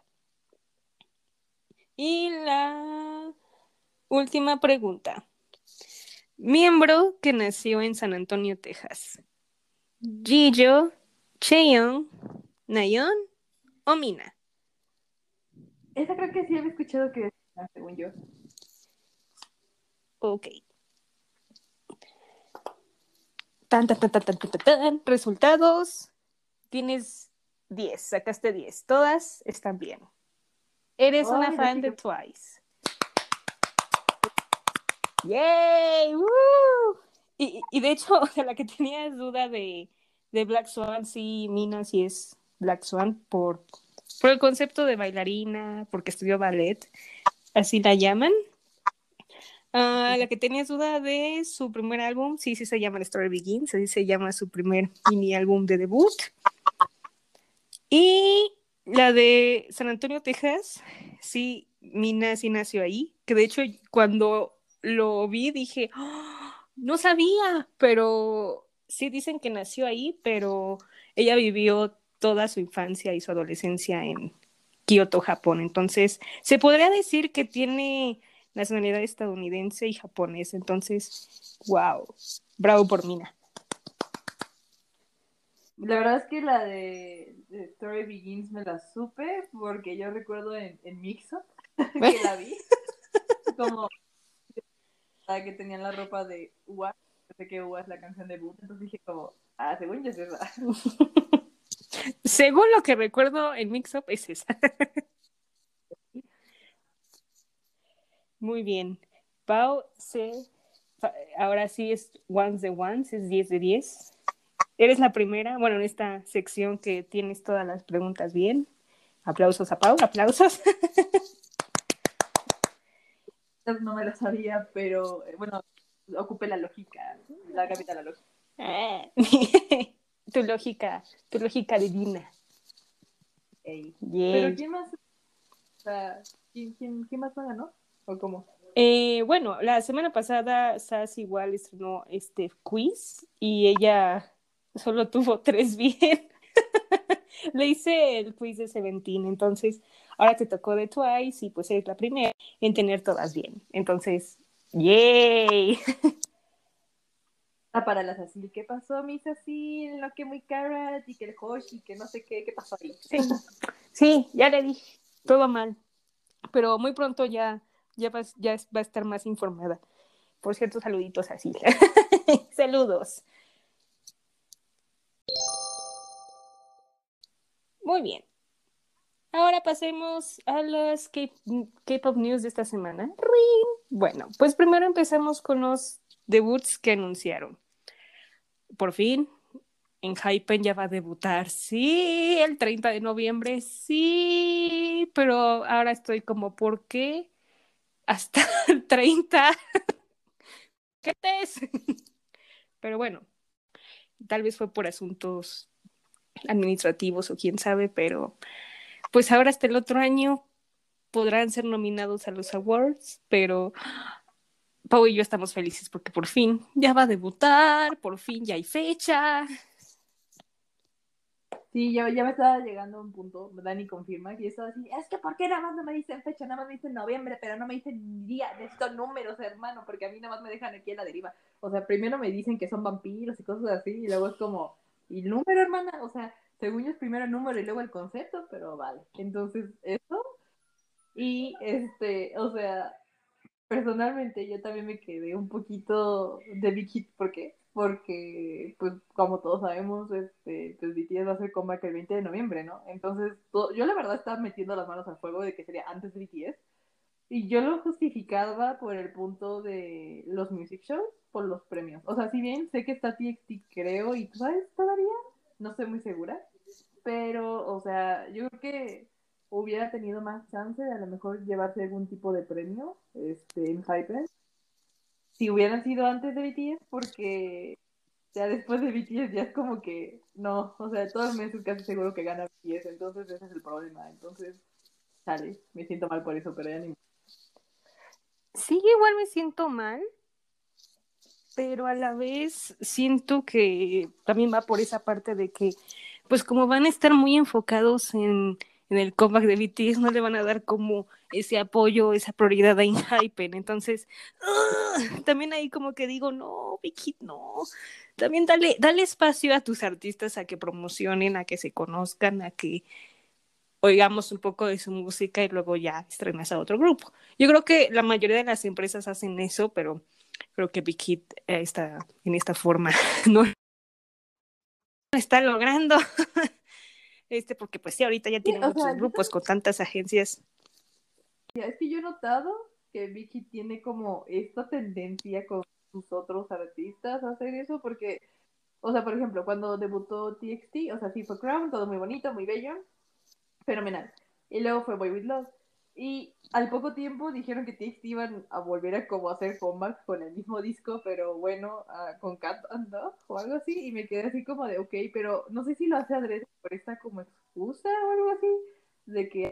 Y la última pregunta. Miembro que nació en San Antonio, Texas. Jihyo, Chaeyoung, Nayeon o Mina. Esa creo que sí había escuchado que decía, según yo. Ok. Tan, tan, tan, tan, tan, tan, tan. Resultados. Tienes diez, sacaste diez. Todas están bien. Eres Oh, una mira, fan sí, de yo... Twice. ¡Yay! ¡Woo! Y, y de hecho, de la que tenías duda de, de Black Swan, sí, Mina sí es Black Swan por, por el concepto de bailarina, porque estudió ballet, así la llaman. Uh, la que tenías duda de su primer álbum, sí, sí se llama The Story Begins, así se llama su primer mini álbum de debut. Y la de San Antonio, Texas, sí, Mina sí nació ahí, que de hecho cuando lo vi dije, oh, no sabía, pero sí dicen que nació ahí, pero ella vivió toda su infancia y su adolescencia en Kioto, Japón. Entonces, se podría decir que tiene nacionalidad estadounidense y japonesa. Entonces, wow, bravo por Mina. La verdad es que la de, de Story Begins me la supe porque yo recuerdo en, en Mixup que la vi. Como la que tenían la ropa de Ua. Sé que Ua es la canción de Boot. Entonces dije como, ah, según yo es esa. Según lo que recuerdo en Mix Up es esa. Muy bien. Pau, se... ahora sí es Once de Once, es diez de diez. Eres la primera, bueno, en esta sección que tienes todas las preguntas bien. Aplausos a Pau, aplausos. No me la sabía, pero eh, bueno, ocupé la lógica, la capital la lógica. tu lógica, tu lógica divina. Ey. Pero Yay. ¿quién más? O sea, ¿quién, quién, quién más ganó? ¿O cómo? Eh, bueno, la semana pasada Sass igual estrenó este quiz y ella solo tuvo tres bien. Le hice el quiz de Seventeen, entonces ahora te tocó de Twice y pues eres la primera en tener todas bien. Entonces, ¡yay! Ah, para las así, ¿qué pasó, mis así? Lo que muy carat y que el Hoshi, que no sé qué, ¿qué pasó ahí? Sí, sí, ya le dije, todo mal, pero muy pronto ya, ya, va, ya va a estar más informada. Por cierto, saluditos así. Saludos. Muy bien. Ahora pasemos a las K-pop news de esta semana. ¡Ring! Bueno, pues primero empezamos con los debuts que anunciaron. Por fin, Enhypen ya va a debutar. Sí, el treinta de noviembre, sí, pero ahora estoy como, ¿por qué? Hasta el treinta. ¿Qué es? Pero bueno, tal vez fue por asuntos administrativos o quién sabe, pero pues ahora hasta el otro año podrán ser nominados a los awards, pero Pau y yo estamos felices porque por fin ya va a debutar, por fin ya hay fecha. Sí, yo ya me estaba llegando a un punto, Dani confirma, que yo estaba así, es que ¿por qué nada más no me dicen fecha? Nada más me dicen noviembre, pero no me dicen día, necesito números, hermano, porque a mí nada más me dejan aquí en la deriva. O sea, primero me dicen que son vampiros y cosas así, y luego es como, ¿y número, hermana? O sea, según yo es primero el número y luego el concepto, pero vale. Entonces, eso, y este, o sea, personalmente yo también me quedé un poquito de Big Hit, ¿por qué? Porque, pues, como todos sabemos, este, pues B T S va a hacer comeback el veinte de noviembre, ¿no? Entonces, todo, yo la verdad estaba metiendo las manos al fuego de que sería antes de B T S, y yo lo justificaba por el punto de los music shows, por los premios. O sea, si bien sé que está T X T, creo, y tú sabes todavía, no estoy muy segura, pero, o sea, yo creo que hubiera tenido más chance de a lo mejor llevarse algún tipo de premio este, en Hyper si hubieran sido antes de B T S, porque ya después de B T S ya es como que no, o sea, todo el mes es casi seguro que gana B T S, entonces ese es el problema. Entonces, sale, me siento mal por eso, pero ya ni. Sí, igual me siento mal, pero a la vez siento que también va por esa parte de que, pues como van a estar muy enfocados en, en el comeback de B T S, no le van a dar como ese apoyo, esa prioridad a Hypen. Entonces, ¡uh! También ahí como que digo, no, Vicky, no. También dale, dale espacio a tus artistas a que promocionen, a que se conozcan, a que oigamos un poco de su música y luego ya estrenas a otro grupo. Yo creo que la mayoría de las empresas hacen eso, pero creo que Big Hit eh, está en esta forma no está logrando este porque pues sí, ahorita ya Sí, tiene o muchos sea, yo grupos con tantas agencias. es que yo he notado que Vicky tiene como esta tendencia con sus otros artistas a hacer eso, porque, o sea, por ejemplo, cuando debutó T X T, o sea, sí fue Crown, todo muy bonito, muy bello, fenomenal. Y luego fue Boy With Love. Y al poco tiempo dijeron que T X T iban a volver a como hacer comeback con el mismo disco, pero bueno, uh, con Cat and Dog o algo así, y me quedé así como de, ok, pero no sé si lo hace adrede por esta como excusa o algo así, de que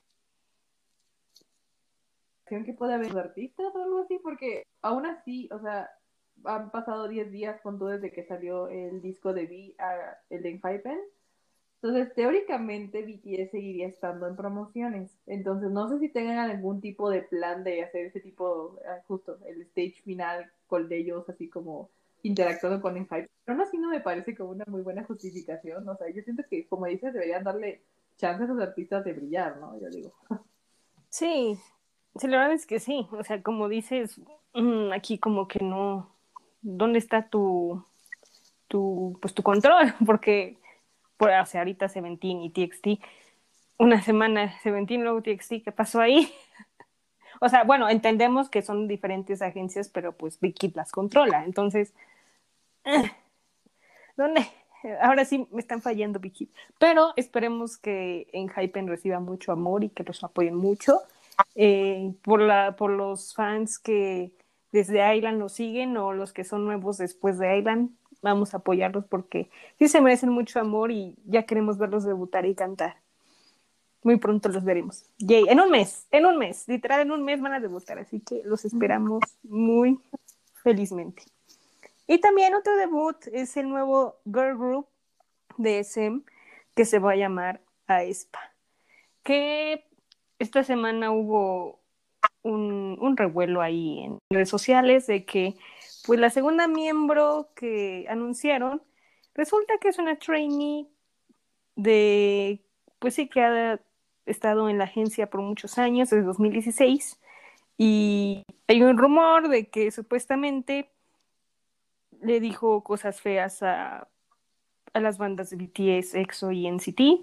que puede haber los artistas o algo así, porque aún así, o sea, han pasado diez días con todo desde que salió el disco de V, a el de Hypen. Entonces, teóricamente B T S seguiría estando en promociones. Entonces, no sé si tengan algún tipo de plan de hacer ese tipo, ah, justo el stage final con ellos, así como interactuando con Hype. Pero aún así no me parece como una muy buena justificación. O sea, yo siento que, como dices, deberían darle chance a esos artistas de brillar, ¿no? Yo digo. Sí, sí, la verdad es que sí. O sea, como dices, mmm, aquí como que no. ¿Dónde está tu, tu, pues tu control? Porque, por, o sea, ahorita Seventeen y T X T, una semana Seventeen, luego T X T, ¿qué pasó ahí? O sea, bueno, entendemos que son diferentes agencias, pero pues Big Hit las controla. Entonces, eh, ¿dónde? Ahora sí me están fallando Big Hit. Pero esperemos que en Hypen reciba mucho amor y que los apoyen mucho. Eh, por, la, por los fans que desde Island nos siguen o los que son nuevos después de Island, vamos a apoyarlos porque sí se merecen mucho amor y ya queremos verlos debutar y cantar. Muy pronto los veremos. Yay, en un mes, en un mes, literal en un mes van a debutar, así que los esperamos muy felizmente. Y también otro debut es el nuevo girl group de S M que se va a llamar aespa. Que esta semana hubo un, un revuelo ahí en redes sociales de que pues la segunda miembro que anunciaron resulta que es una trainee de, pues sí, que ha estado en la agencia por muchos años, desde dos mil dieciséis, y hay un rumor de que supuestamente le dijo cosas feas a, a las bandas de B T S, EXO y N C T,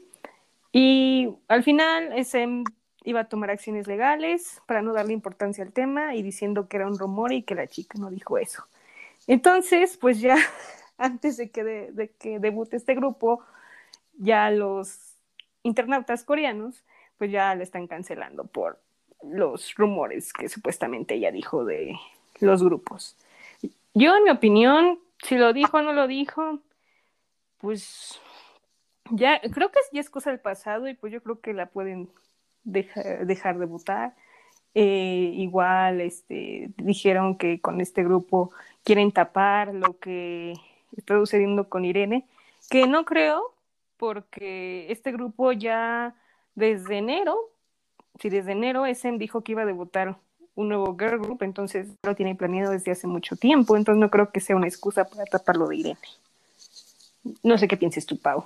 y al final S M iba a tomar acciones legales para no darle importancia al tema y diciendo que era un rumor y que la chica no dijo eso. Entonces, pues ya antes de que, de, de que debute este grupo, ya los internautas coreanos pues ya le están cancelando por los rumores que supuestamente ella dijo de los grupos. Yo, en mi opinión, si lo dijo o no lo dijo, pues ya creo que ya es cosa del pasado y pues yo creo que la pueden dejar, dejar de votar. Eh, igual este, dijeron que con este grupo quieren tapar lo que está sucediendo con Irene, que no creo, porque este grupo ya desde enero, si desde enero S M dijo que iba a debutar un nuevo girl group, entonces lo tiene planeado desde hace mucho tiempo, entonces no creo que sea una excusa para tapar lo de Irene. No sé qué pienses tú, Pau.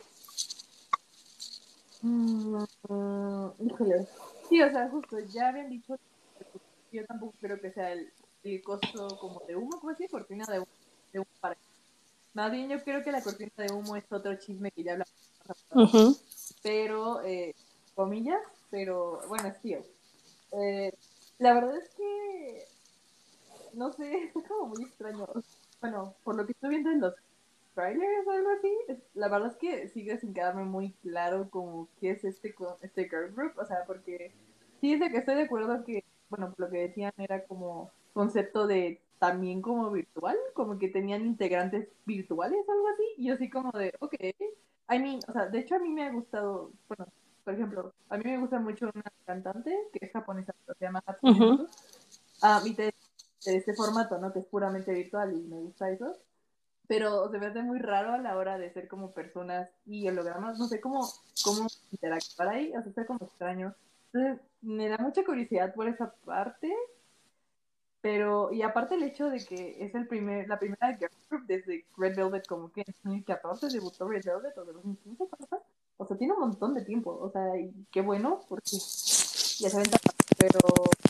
Mm, híjole. Sí, o sea, justo, ya habían dicho, yo tampoco creo que sea el, el coso como de humo, como así, cortina de humo, de humo para. Más bien yo creo que la cortina de humo es otro chisme que ya hablamos más pasado, Uh-huh. pero, eh, comillas, pero bueno, sí. Eh, la verdad es que, no sé, es como muy extraño. Bueno, por lo que estoy viendo en los trailers o algo así. La verdad es que sigue sin quedarme muy claro como qué es este, este girl group, o sea, porque sí es de que estoy de acuerdo que, bueno, lo que decían era como concepto de también como virtual, como que tenían integrantes virtuales o algo así, y yo así como de, ok, I mean, o sea, de hecho a mí me ha gustado, bueno, por ejemplo, a mí me gusta mucho una cantante que es japonesa, pero se llama Hatsune Miku, uh-huh. ah, y te, de este formato, ¿no? Que es puramente virtual y me gusta eso, pero se me hace muy raro a la hora de ser como personas y hologramas, no sé cómo, cómo interactuar ahí, o sea, está como extraño. Entonces, me da mucha curiosidad por esa parte, pero, y aparte el hecho de que es el primer, la primera girl group desde Red Velvet, como que en dos mil catorce debutó Red Velvet, o de dos mil quince, o sea, tiene un montón de tiempo, o sea, y qué bueno, porque ya saben, pero,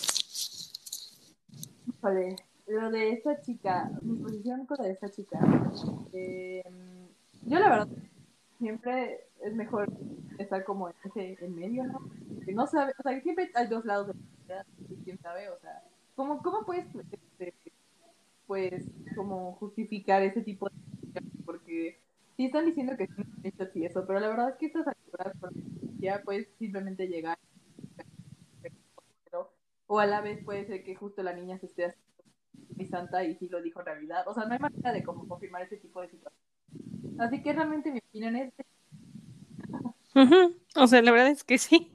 vale, lo de esta chica, mi posición con lo de esta chica, eh, yo la verdad siempre es mejor estar como en ese en medio, ¿no? Que no sabe, o sea, siempre hay dos lados de la moneda, y quién sabe, o sea, ¿cómo, cómo puedes, este, pues, como justificar ese tipo de cosas? Porque sí están diciendo que son hechos y eso, pero la verdad es que estas alturas ya puedes simplemente llegar, o a la vez puede ser que justo la niña se esté haciendo mi santa y sí lo dijo en realidad, o sea, no hay manera de como confirmar ese tipo de situaciones. Así que realmente mi opinión es uh-huh. O sea, la verdad es que sí.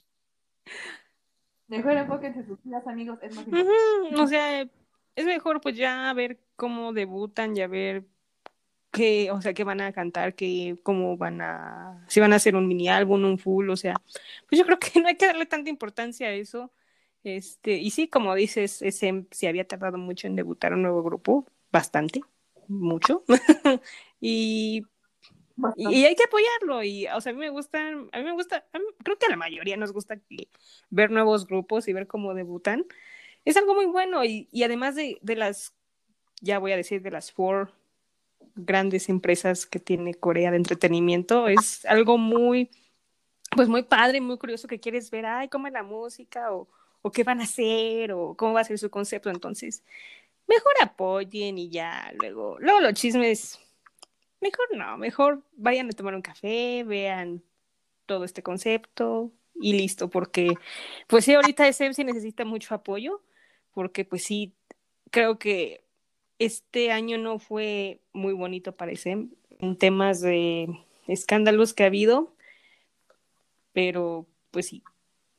Mejor enfóquense en sus vidas, amigos, es más importante. Uh-huh. O sea, es mejor pues ya ver cómo debutan, ya ver qué, o sea, qué van a cantar, qué, cómo van a, si van a hacer un mini álbum, un full, o sea, pues yo creo que no hay que darle tanta importancia a eso. Este, y sí, como dices, ese se había tardado mucho en debutar un nuevo grupo, bastante, mucho. y Y, y hay que apoyarlo, y, o sea, a mí me gustan, a mí me gusta, a mí, creo que a la mayoría nos gusta que, ver nuevos grupos y ver cómo debutan. Es algo muy bueno, y, y además de, de las, ya voy a decir, de las four grandes empresas que tiene Corea de entretenimiento, es algo muy, pues muy padre, muy curioso que quieres ver, ay, cómo es la música, o, o qué van a hacer, o cómo va a ser su concepto, entonces, mejor apoyen y ya, luego, luego los chismes. Mejor no, mejor vayan a tomar un café, vean todo este concepto y listo, porque pues sí, ahorita S E M sí necesita mucho apoyo, porque pues sí, creo que este año no fue muy bonito para S E M en temas de escándalos que ha habido, pero pues sí.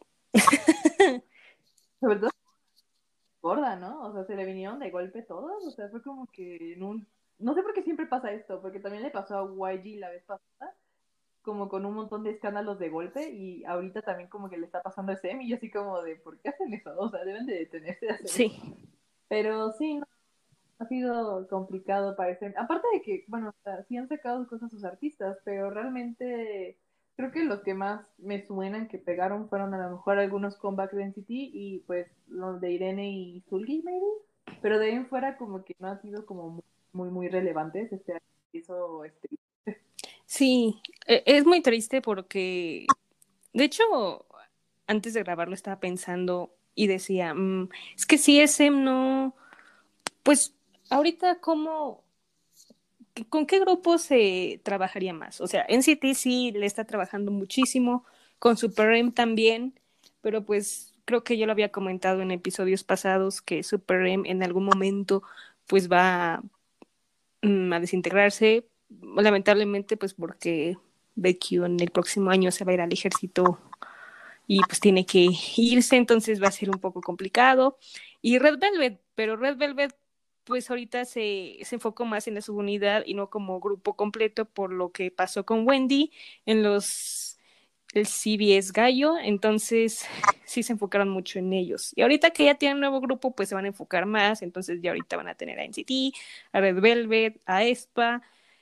Sobre todo gorda, ¿no? O sea, se le vinieron de golpe todos, o sea, fue como que en un... No sé por qué siempre pasa esto, porque también le pasó a Y G la vez pasada, como con un montón de escándalos de golpe, y ahorita también como que le está pasando a S E M, y yo así como de, ¿por qué hacen eso? O sea, deben de detenerse de hacer Sí. eso. Pero sí, no, ha sido complicado para S E M. Aparte de que, bueno, o sea, sí han sacado cosas sus artistas, pero realmente creo que los que más me suenan que pegaron fueron a lo mejor algunos Comeback de N C T y pues los de Irene y Sulgi, maybe. Pero de ahí en fuera como que no han sido como muy, muy, muy relevantes este año. Eso, este... Sí, es muy triste porque, de hecho, antes de grabarlo estaba pensando y decía, mmm, es que si S E M no, pues ahorita cómo, ¿con qué grupo se trabajaría más? O sea, N C T sí le está trabajando muchísimo, con Super M también, pero pues creo que yo lo había comentado en episodios pasados que Super M en algún momento pues va um, a desintegrarse, lamentablemente pues porque Baekhyun en el próximo año se va a ir al ejército y pues tiene que irse, entonces va a ser un poco complicado. Y Red Velvet, pero Red Velvet pues ahorita se, se enfocó más en la subunidad y no como grupo completo por lo que pasó con Wendy en los el C B S Gallo, entonces sí se enfocaron mucho en ellos. Y ahorita que ya tienen un nuevo grupo, pues se van a enfocar más, entonces ya ahorita van a tener a N C T, a Red Velvet, a aespa,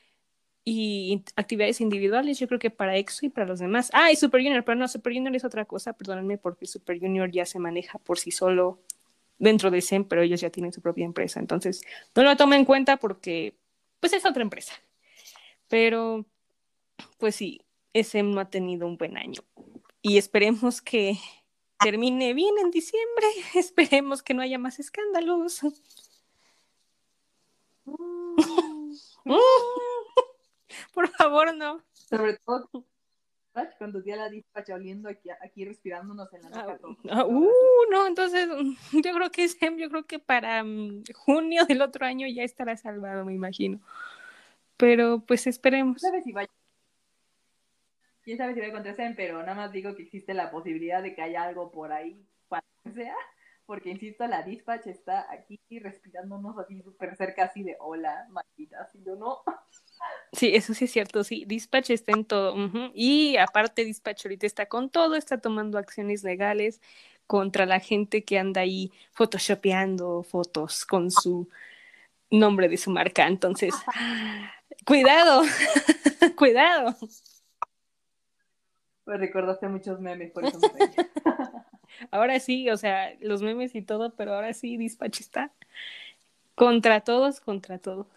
y actividades individuales, yo creo que para EXO y para los demás. Ah, y Super Junior, pero no, Super Junior es otra cosa, perdónenme, porque Super Junior ya se maneja por sí solo dentro de S E M, pero ellos ya tienen su propia empresa, entonces no lo tomen en cuenta porque pues es otra empresa. Pero pues sí, S E M no ha tenido un buen año y esperemos que termine bien en diciembre, esperemos que no haya más escándalos. Por favor, no. Sobre todo con tu tía la Dispatch oliendo aquí, aquí respirándonos en la nuca. Uh, uh, no, entonces yo creo que yo creo que para um, junio del otro año ya estará salvado, me imagino. Pero pues esperemos. ¿Quién sabe si vaya? ¿Quién sabe si va a encontrar Sem? Pero nada más digo que existe la posibilidad de que haya algo por ahí, para que sea. Porque, insisto, la Dispatch está aquí respirándonos así súper cerca, así de hola, maldita, así yo no. Sí, eso sí es cierto, sí, Dispatch está en todo. Uh-huh. Y aparte Dispatch ahorita está con todo, está tomando acciones legales contra la gente que anda ahí photoshopeando fotos con su nombre de su marca. Entonces, cuidado, cuidado. Pues recordaste muchos memes, por eso me reí. Ahora sí, o sea, los memes y todo, pero ahora sí, Dispatch está contra todos, contra todos.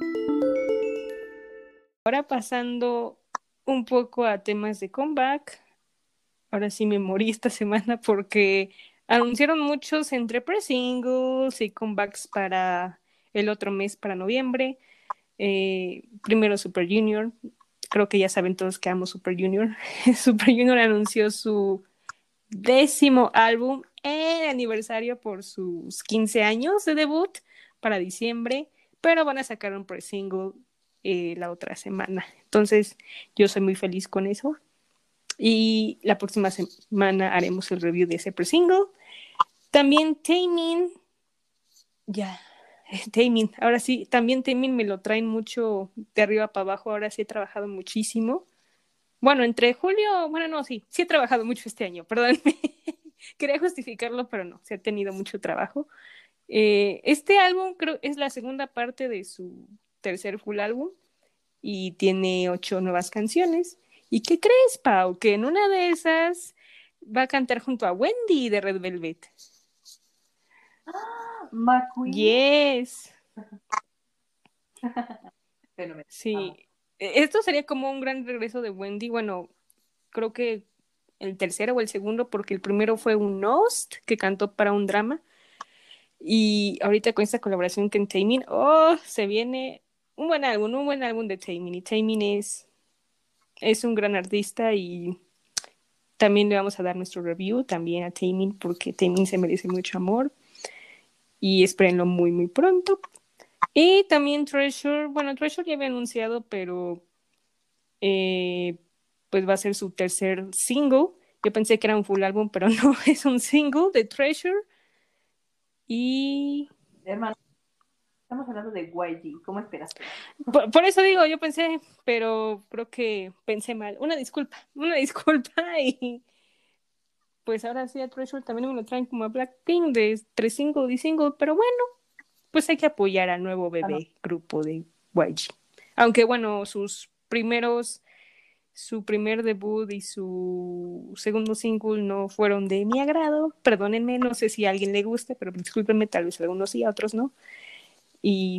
Ahora pasando un poco a temas de comeback. Ahora sí me morí esta semana porque anunciaron muchos entre pre-singles y comebacks para el otro mes, para noviembre. Eh, primero Super Junior. Creo que ya saben todos que amo Super Junior. Super Junior anunció su décimo álbum en aniversario por sus quince años de debut para diciembre, pero van a sacar un pre-single eh, la otra semana. Entonces, yo soy muy feliz con eso. Y la próxima semana haremos el review de ese pre-single. También Taemin, ya, Taemin, ahora sí, también Taemin me lo traen mucho de arriba para abajo, ahora sí he trabajado muchísimo. Bueno, entre julio, bueno, no, sí, sí he trabajado mucho este año, perdónme. Quería justificarlo, pero no, se ha tenido mucho trabajo. Eh, este álbum creo es la segunda parte de su tercer full álbum y tiene ocho nuevas canciones. ¿Y qué crees, Pau? Que en una de esas va a cantar junto a Wendy de Red Velvet. ¡Ah! ¿McQueen? Yes. Fenomenal. Sí. Esto sería como un gran regreso de Wendy. Bueno, creo que el tercero o el segundo, porque el primero fue un Nost que cantó para un drama. Y ahorita con esta colaboración con Taemin, oh, se viene un buen álbum, un buen álbum de Taemin. Y Taemin es, es un gran artista y también le vamos a dar nuestro review también a Taemin porque Taemin se merece mucho amor y espérenlo muy muy pronto. Y también Treasure, bueno, Treasure ya había anunciado, pero eh, pues va a ser su tercer single. Yo pensé que era un full álbum, pero no, es un single de Treasure. Y... Hermano, estamos hablando de Y G, ¿cómo esperaste? Por, por eso digo, yo pensé, pero creo que pensé mal. Una disculpa, una disculpa y... Pues ahora sí a Treasure también me lo traen como a Blackpink de tres single y single, pero bueno, pues hay que apoyar al nuevo bebé grupo de Y G. Aunque bueno, sus primeros, su primer debut y su segundo single no fueron de mi agrado, perdónenme, no sé si a alguien le guste, pero discúlpenme, tal vez a algunos sí, a otros no. Y...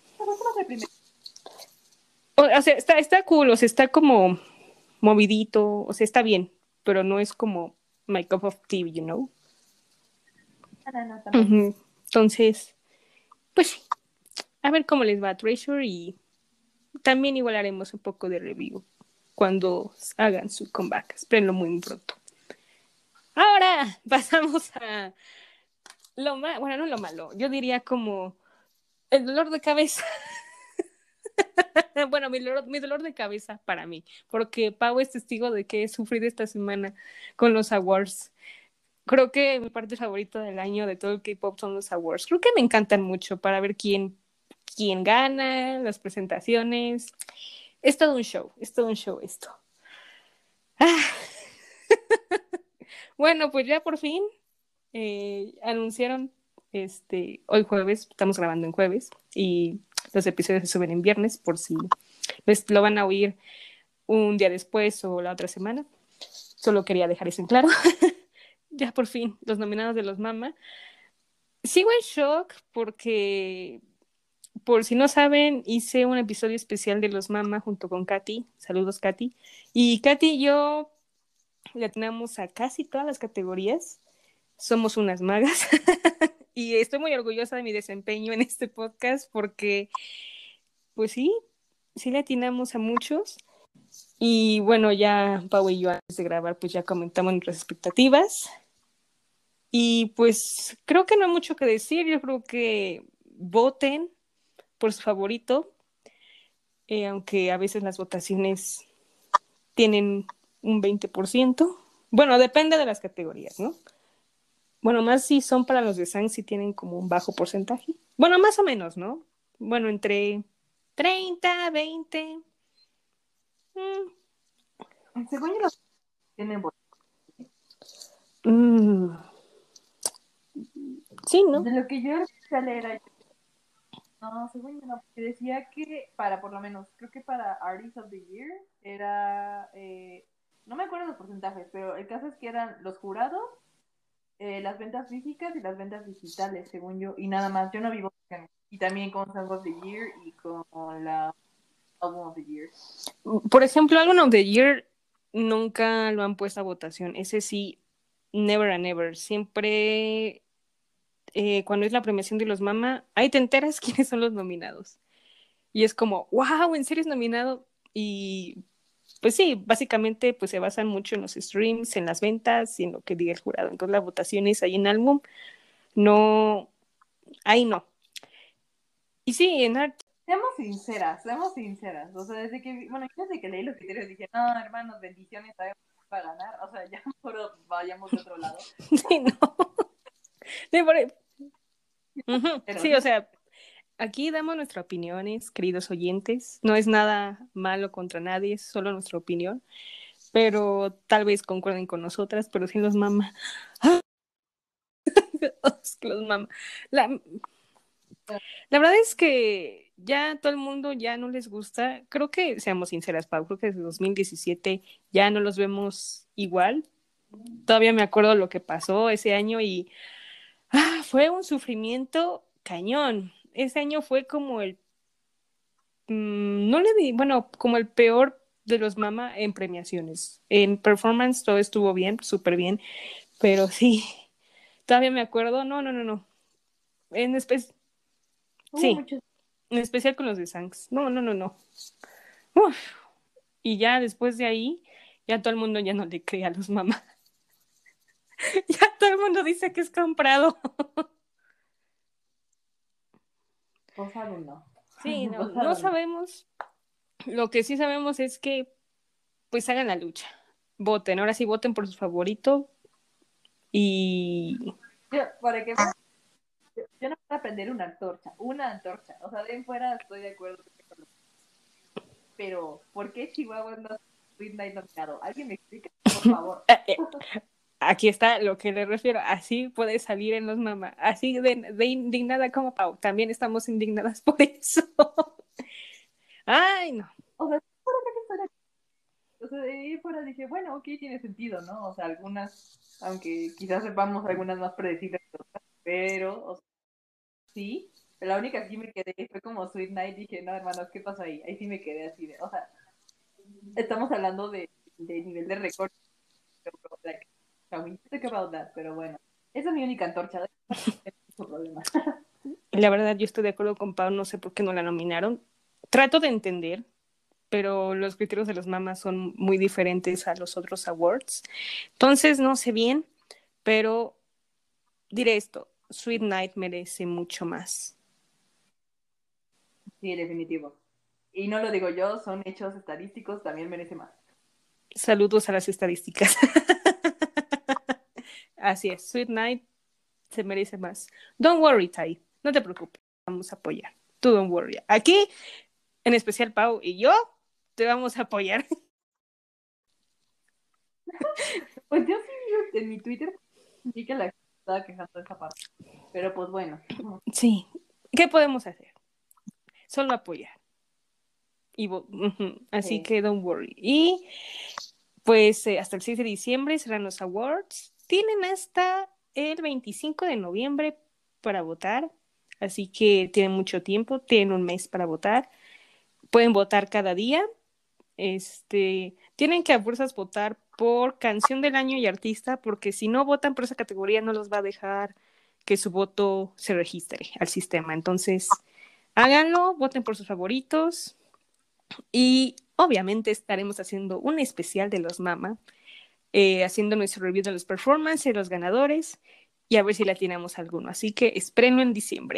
O sea, está, está cool, o sea, está como movidito, o sea, está bien, pero no es como my cup of tea, you know. No, no, también. Uh-huh. Entonces, pues sí, a ver cómo les va a Treasure y también igual haremos un poco de review cuando hagan su comeback. Espérenlo muy pronto. Ahora pasamos a lo malo, bueno, no lo malo, yo diría como el dolor de cabeza. Bueno, mi dolor, mi dolor de cabeza para mí, porque Pau es testigo de que he sufrido esta semana con los awards. Creo que mi parte favorita del año de todo el K-pop son los awards. Creo que me encantan mucho para ver quién, quién gana, las presentaciones. Es todo un show, es todo un show esto. Ah. Bueno, pues ya por fin eh, anunciaron este hoy jueves, estamos grabando en jueves y los episodios se suben en viernes por si pues, lo van a oír un día después o la otra semana. Solo quería dejar eso en claro. Ya por fin, los nominados de los Mama. Sigo en shock porque, por si no saben, hice un episodio especial de los Mama junto con Katy. Saludos, Katy. Y Katy y yo le atinamos a casi todas las categorías. Somos unas magas. Y estoy muy orgullosa de mi desempeño en este podcast porque, pues sí, sí le atinamos a muchos. Y bueno, ya Pau y yo antes de grabar, pues ya comentamos nuestras expectativas. Y pues creo que no hay mucho que decir. Yo creo que voten por su favorito, eh, aunque a veces las votaciones tienen un veinte por ciento. Bueno, depende de las categorías, ¿no? Bueno, más si son para los de Sang, si tienen como un bajo porcentaje. Bueno, más o menos, ¿no? Bueno, entre treinta, veinte. Mm. Según yo, los tienen votos. Mm. Sí, ¿no? De lo que yo empecé a leer, no, según yo no, porque decía que para, por lo menos, creo que para Artist of the Year era, eh, no me acuerdo los porcentajes, pero el caso es que eran los jurados, eh, las ventas físicas y las ventas digitales, según yo, y nada más. Yo no vivo y también con Song of the Year y con la Album of the Year. Por ejemplo, Album of the Year nunca lo han puesto a votación. Ese sí, never and never. Siempre, eh, cuando es la premiación de los Mama, ahí te enteras quiénes son los nominados. Y es como, wow, ¿en serio es nominado? Y pues sí, básicamente pues se basan mucho en los streams, en las ventas y en lo que diga el jurado. Entonces la votación es ahí en álbum, no, ahí no. Y sí, en arte. Seamos sinceras, seamos sinceras. O sea, desde que, bueno, desde que leí los criterios dije, no, hermanos, bendiciones, sabemos que va a ganar. O sea, ya mejor vayamos de otro lado. Sí, no. Sí, por... uh-huh. Pero, Sí, o sea, aquí damos nuestras opiniones, queridos oyentes. No es nada malo contra nadie, es solo nuestra opinión. Pero tal vez concuerden con nosotras, pero sí los mama. los mama. La, la verdad es que ya todo el mundo ya no les gusta. Creo que, seamos sinceras, Pau, creo que desde dos mil diecisiete ya no los vemos igual. Todavía me acuerdo lo que pasó ese año y ah, fue un sufrimiento cañón. Ese año fue como el mmm, no le di, bueno, como el peor de los Mama en premiaciones. En performance todo estuvo bien, súper bien, pero sí, todavía me acuerdo, no, no, no, no. En especial, hubo sí, muchos. en especial con los de Sanks. No, no, no, no. Uf. Y ya después de ahí, ya todo el mundo ya no le cree a los Mama. Ya todo el mundo dice que es comprado. Posado no. Sí, no, Posado no no. sabemos. Lo que sí sabemos es que pues hagan la lucha. Voten, ahora sí voten por su favorito y Yo, por ejemplo, yo, yo no voy a prender una antorcha, una antorcha. O sea, de ahí fuera estoy de acuerdo. Pero, ¿por qué Chihuahua no es Midnight nominado? ¿Alguien me explica? Por favor. Aquí está lo que le refiero. Así puede salir en los Mama. Así de, de indignada como Pau. También estamos indignadas por eso. Ay, no. O sea, o sea, de ahí fuera dije, bueno, ok, tiene sentido, ¿no? O sea, algunas, aunque quizás sepamos algunas más predecibles que otras, pero, o sea, sí. La única que sí me quedé fue como Sweet Night. Dije, no, hermanos, ¿qué pasó ahí? Ahí sí me quedé así de, o sea, estamos hablando de, de nivel de récord. Like, can we talk about that? Pero bueno, esa es mi única antorcha. No hay problema. La verdad, yo estoy de acuerdo con Pau. No sé por qué no la nominaron. Trato de entender, pero los criterios de los Mamas son muy diferentes a los otros awards. Entonces, no sé bien, pero diré esto. Sweet Night merece mucho más. Sí, definitivo. Y no lo digo yo, son hechos estadísticos, también merece más. Saludos a las estadísticas. Así es, Sweet Night se merece más. Don't worry, Tai, no te preocupes, vamos a apoyar. Tú don't worry. Aquí, en especial Pau y yo, te vamos a apoyar. Pues yo sí, en mi Twitter, sí que la estaba quejando de esa parte. Pero pues bueno. Sí, ¿qué podemos hacer? Solo apoyar. Y uh-huh. Así sí. Que don't worry. Y pues eh, hasta el seis de diciembre serán los awards. Tienen hasta el veinticinco de noviembre para votar. Así que tienen mucho tiempo, tienen un mes para votar. Pueden votar cada día. Este, tienen que a fuerzas votar por canción del año y artista, porque si no votan por esa categoría no los va a dejar que su voto se registre al sistema. Entonces, háganlo, voten por sus favoritos. Y obviamente estaremos haciendo un especial de los Mama, eh, haciendo nuestro review de los performances, de los ganadores, y a ver si le atinamos alguno. Así que espérenlo en diciembre.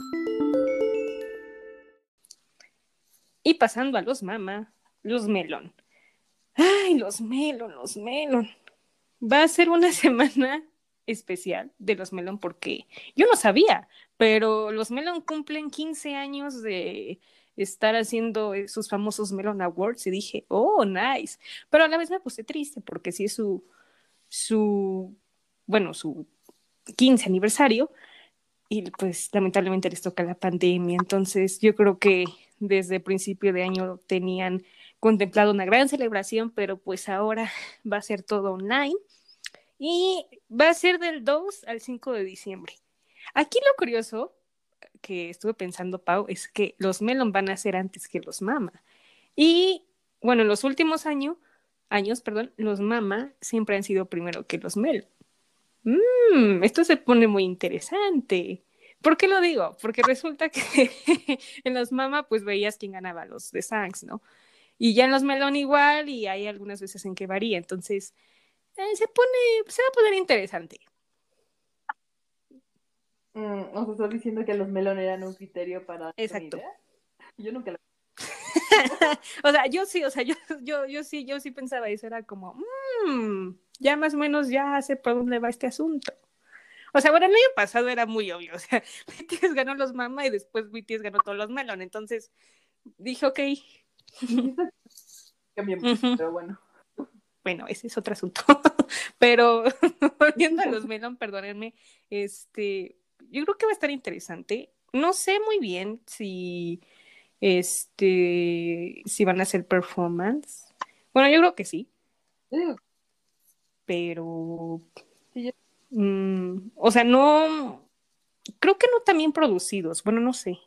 Y pasando a los Mama, los Melon. Ay, los Melon, los Melon. Va a ser una semana especial de los Melon porque yo no sabía, pero los Melon cumplen quince años de estar haciendo sus famosos Melon Awards y dije, oh, nice. Pero a la vez me puse triste porque sí es su, su, bueno, su quince aniversario y pues lamentablemente les toca la pandemia. Entonces yo creo que desde principio de año tenían contemplado una gran celebración, pero pues ahora va a ser todo online y va a ser del dos al cinco de diciembre. Aquí lo curioso que estuve pensando, Pau, es que los Melon van a ser antes que los Mama. Y bueno, en los últimos años, años, perdón, los Mama siempre han sido primero que los Melon. Mm, esto se pone muy interesante. ¿Por qué lo digo? Porque resulta que en los Mama pues veías quién ganaba, los de Sanks, ¿no? Y ya en los Melon igual y hay algunas veces en que varía. Entonces, eh, se pone, se va a poner interesante. Mm, o sea, estás diciendo que los melón eran un criterio para una Exacto. idea. Yo nunca lo... O sea, yo sí, o sea, yo, yo, yo sí, yo sí pensaba eso, era como, mmm, ya más o menos ya sé por dónde va este asunto. O sea, bueno, el año pasado era muy obvio, o sea, B T S ganó los Mama y después B T S ganó todos los Melon, entonces dije, ok. Cambié mucho, uh-huh. Pero bueno. Bueno, ese es otro asunto. Pero volviendo a los Melon, perdónenme, este, yo creo que va a estar interesante. No sé muy bien si, este, si van a hacer performance. Bueno, yo creo que sí. Pero, sí, yo... mmm, o sea, no, creo que no también producidos. Bueno, no sé.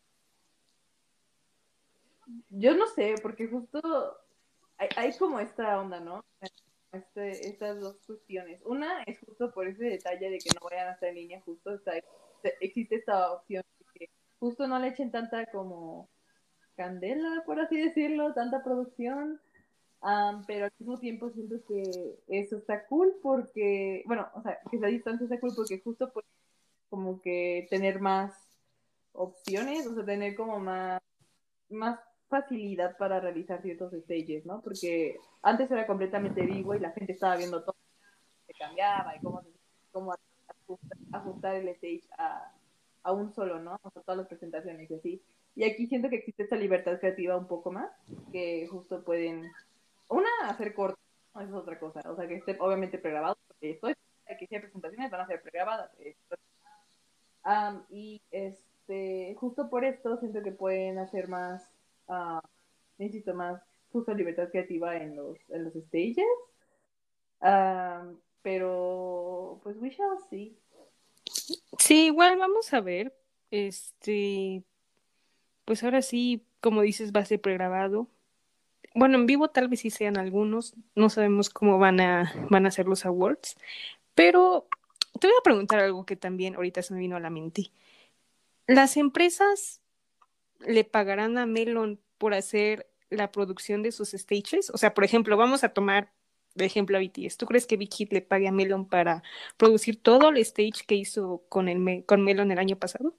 Yo no sé, porque justo hay, hay como esta onda, ¿no? Este, estas dos cuestiones. Una es justo por ese detalle de que no vayan a estar en línea, justo está, existe esta opción de que justo no le echen tanta como candela, por así decirlo, tanta producción, um, pero al mismo tiempo siento que eso está cool porque, bueno, o sea, que esa distancia está cool porque justo puede como que tener más opciones, o sea, tener como más, más facilidad para realizar ciertos stages, ¿no? Porque antes era completamente vivo y la gente estaba viendo todo, se cambiaba y cómo, cómo ajustar, ajustar el stage a, a un solo, ¿no? O sea, todas las presentaciones y así. Y aquí siento que existe esta libertad creativa un poco más, que justo pueden, una, hacer corto, ¿no? Eso es otra cosa, o sea, que esté obviamente pregrabado, porque estoy que si hay presentaciones van a ser pregrabadas. Um, y este, justo por esto siento que pueden hacer más, uh, necesito más justo libertad creativa en los, en los stages. Um, pero, pues, we shall see. Sí, igual vamos a ver. Este, pues ahora sí, como dices, va a ser pregrabado. Bueno, en vivo tal vez sí sean algunos. No sabemos cómo van a, van a ser los awards. Pero te voy a preguntar algo que también ahorita se me vino a la mente. ¿Las empresas le pagarán a Melon por hacer la producción de sus stages? O sea, por ejemplo, vamos a tomar de ejemplo a B T S. ¿Tú crees que Big Hit le pague a Melon para producir todo el stage que hizo con, el, con Melon el año pasado?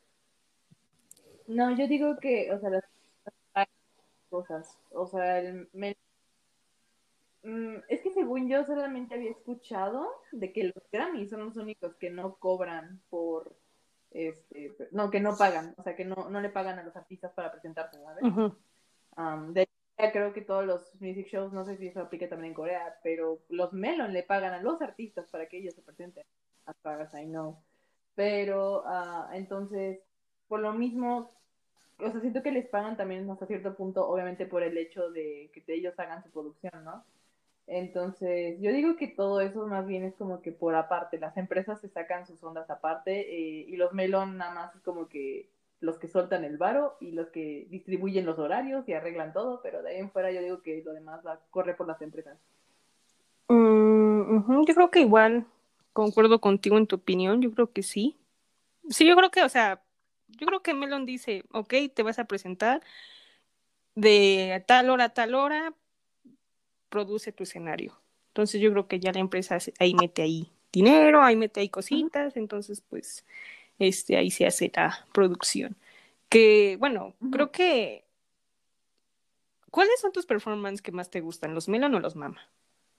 No, yo digo que, o sea, las cosas, o sea, el, me, mm, es que según yo solamente había escuchado de que los Grammys son los únicos que no cobran por, este, no, que no pagan, o sea, que no, no le pagan a los artistas para presentarse, ¿sabes? Uh-huh. Um, de hecho, creo que todos los music shows, no sé si eso aplica también en Corea, pero los Melon le pagan a los artistas para que ellos se presenten, as far as I know. Pero, uh, entonces, por lo mismo, o sea, siento que les pagan también hasta cierto punto, obviamente por el hecho de que ellos hagan su producción, ¿no? Entonces, yo digo que todo eso más bien es como que por aparte, las empresas se sacan sus ondas aparte eh, y los Melon nada más es como que los que sueltan el varo y los que distribuyen los horarios y arreglan todo, pero de ahí en fuera yo digo que lo demás va, corre por las empresas. Mm, uh-huh. Yo creo que igual concuerdo contigo en tu opinión, yo creo que sí. Sí, yo creo que, o sea, yo creo que Melon dice, ok, te vas a presentar, de tal hora a tal hora produce tu escenario. Entonces yo creo que ya la empresa ahí mete ahí dinero, ahí mete ahí cositas, uh-huh. Entonces pues este, ahí se hace la producción. Que bueno, uh-huh. Creo que ¿cuáles son tus performances que más te gustan? ¿Los Melon o los Mama?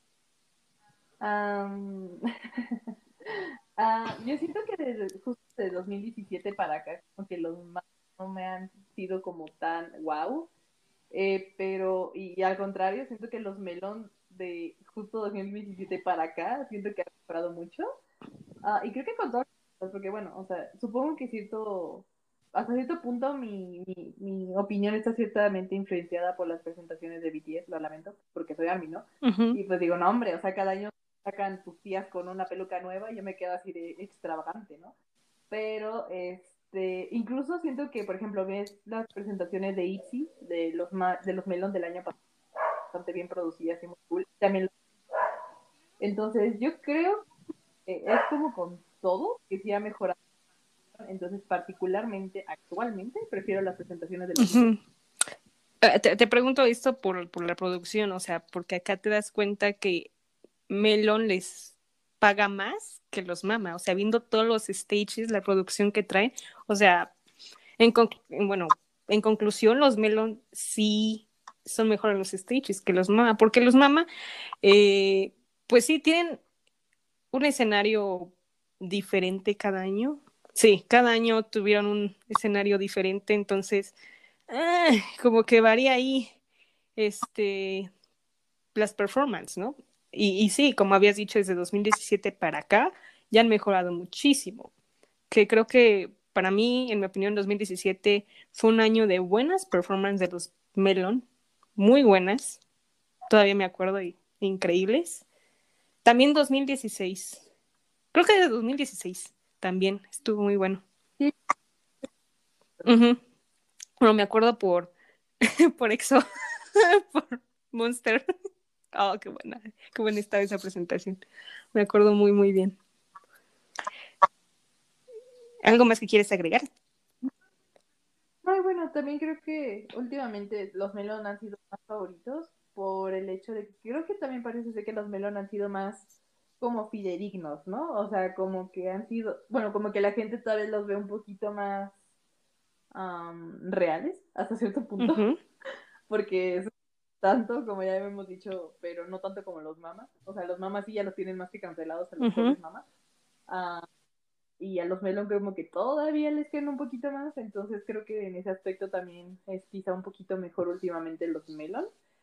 Um... uh, yo siento que desde justo de dos mil diecisiete para acá, como que los Mama no me han sido como tan wow. Eh, pero, y, y al contrario, siento que los Melon de justo dos mil diecisiete para acá, siento que han mejorado mucho. Uh, y creo que con todo, porque bueno, o sea, supongo que cierto, hasta cierto punto mi, mi, mi opinión está ciertamente influenciada por las presentaciones de B T S, lo lamento, porque soy ARMY, ¿no? Uh-huh. Y pues digo, no, hombre, o sea, cada año sacan tus tías con una peluca nueva y yo me quedo así de extravagante, ¿no? Pero, este, incluso siento que, por ejemplo, ves las presentaciones de ITZY, de los, ma- de los Melon del año pasado, bastante bien producidas y muy cool. También, entonces, yo creo que es como con todo, que sí ha mejorado. Entonces, particularmente, actualmente, prefiero las presentaciones de los uh-huh. Melon. Te, te pregunto esto por, por la producción, o sea, porque acá te das cuenta que Melon les paga más que los Mama, o sea, viendo todos los stages, la producción que traen, o sea, en conc- bueno, en conclusión, los Melon sí son mejores los stages que los Mama, porque los Mama, eh, pues sí, tienen un escenario diferente cada año. Sí, cada año tuvieron un escenario diferente, entonces, ah, como que varía ahí, este, las performances, ¿no? Y, y sí, como habías dicho, desde dos mil diecisiete para acá ya han mejorado muchísimo. Que creo que para mí, en mi opinión, dos mil diecisiete fue un año de buenas performances de los Melon, muy buenas, todavía me acuerdo, y increíbles. También dos mil dieciséis, creo que de dos mil dieciséis también estuvo muy bueno. Sí. Uh-huh. Bueno, me acuerdo por, por EXO, por Monster. Oh, qué buena, qué buena estaba esa presentación. Me acuerdo muy, muy bien. ¿Algo más que quieres agregar? Ay, bueno, también creo que últimamente los Melon han sido más favoritos por el hecho de que creo que también parece ser que los Melon han sido más como fidedignos, ¿no? O sea, como que han sido, bueno, como que la gente todavía los ve un poquito más um, reales hasta cierto punto, uh-huh. Porque es tanto, como ya hemos dicho, pero no tanto como los Mamas. O sea, los Mamas sí ya los tienen más que cancelados a los uh-huh. pobres Mamas. Uh, y a los Melon como que todavía les quedan un poquito más, entonces creo que en ese aspecto también es quizá un poquito mejor últimamente los Melon.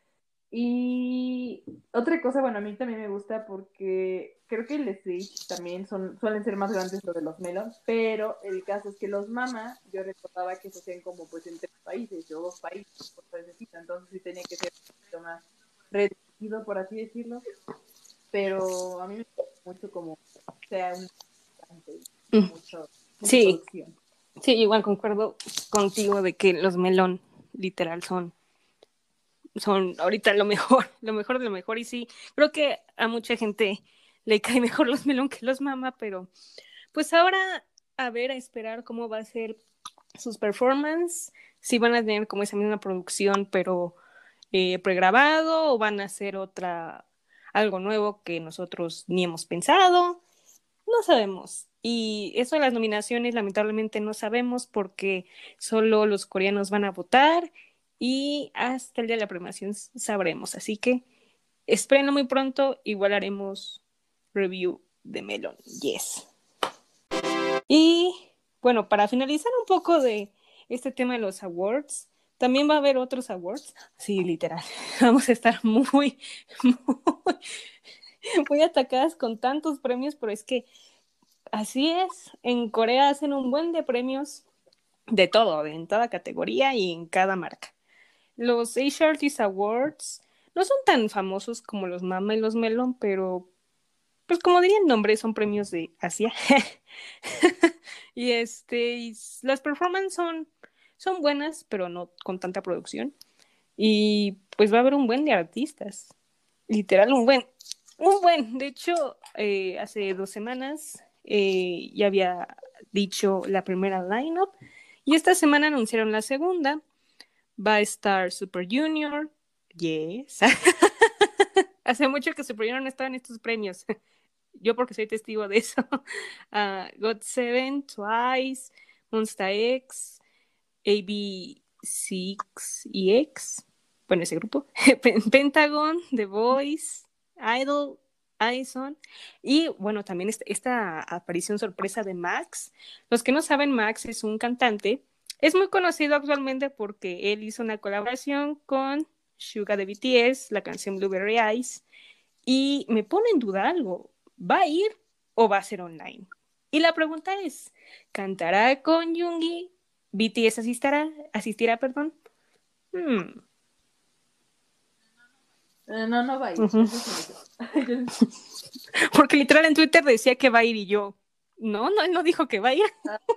Y otra cosa, bueno, a mí también me gusta porque creo que el stage también son, suelen ser más grandes los de los Melon, pero el caso es que los Mama, yo recordaba que se hacían como pues en tres países o dos países, por necesita, entonces sí tenía que ser un poquito más reducido, por así decirlo, pero a mí me gusta mucho como sea un mucho, mucha sí, producción. Sí, igual concuerdo contigo de que los Melon literal son son ahorita lo mejor, lo mejor de lo mejor. Y sí, creo que a mucha gente le cae mejor los Melon que los Mama, pero pues ahora a ver, a esperar cómo va a ser sus performances, si van a tener como esa misma producción, pero eh, pregrabado, o van a hacer otra, algo nuevo que nosotros ni hemos pensado, no sabemos. Y eso de las nominaciones lamentablemente no sabemos porque solo los coreanos van a votar y hasta el día de la premiación sabremos. Así que espérenlo muy pronto, igual haremos review de Melon. Yes. Y bueno, para finalizar un poco de este tema de los awards, también va a haber otros awards. Sí, literal. Vamos a estar muy, muy, muy atacadas con tantos premios, pero es que así es. En Corea hacen un buen de premios de todo, en toda categoría y en cada marca. Los Asia Artist Awards no son tan famosos como los Mama y los Melon, pero pues como diría el nombre, son premios de Asia. y este, y las performances son, son buenas, pero no con tanta producción. Y pues va a haber un buen de artistas. Literal, un buen. Un buen. De hecho, eh, hace dos semanas eh, ya había dicho la primera lineup. Y esta semana anunciaron la segunda. va a estar Super Junior. Yes. Hace mucho que Super Junior no estaba en estos premios. Yo porque soy testigo de eso. Uh, God Seven, Twice, Monsta X, A B seis y X. Bueno, ese grupo. Pentagon, The Voice, Idol, Addison. Y bueno, también esta, esta aparición sorpresa de Max. Los que no saben, Max es un cantante. Es muy conocido actualmente porque él hizo una colaboración con Suga de B T S, la canción Blueberry Eyes. Y me pone en duda algo. ¿Va a ir o va a ser online? Y la pregunta es, ¿cantará con Yoongi? ¿B T S asistirá? ¿Asistirá, perdón? Hmm. Uh, no, no va a ir. Uh-huh. Porque literal en Twitter decía que va a ir y yo, no, no, él no dijo que va a ir.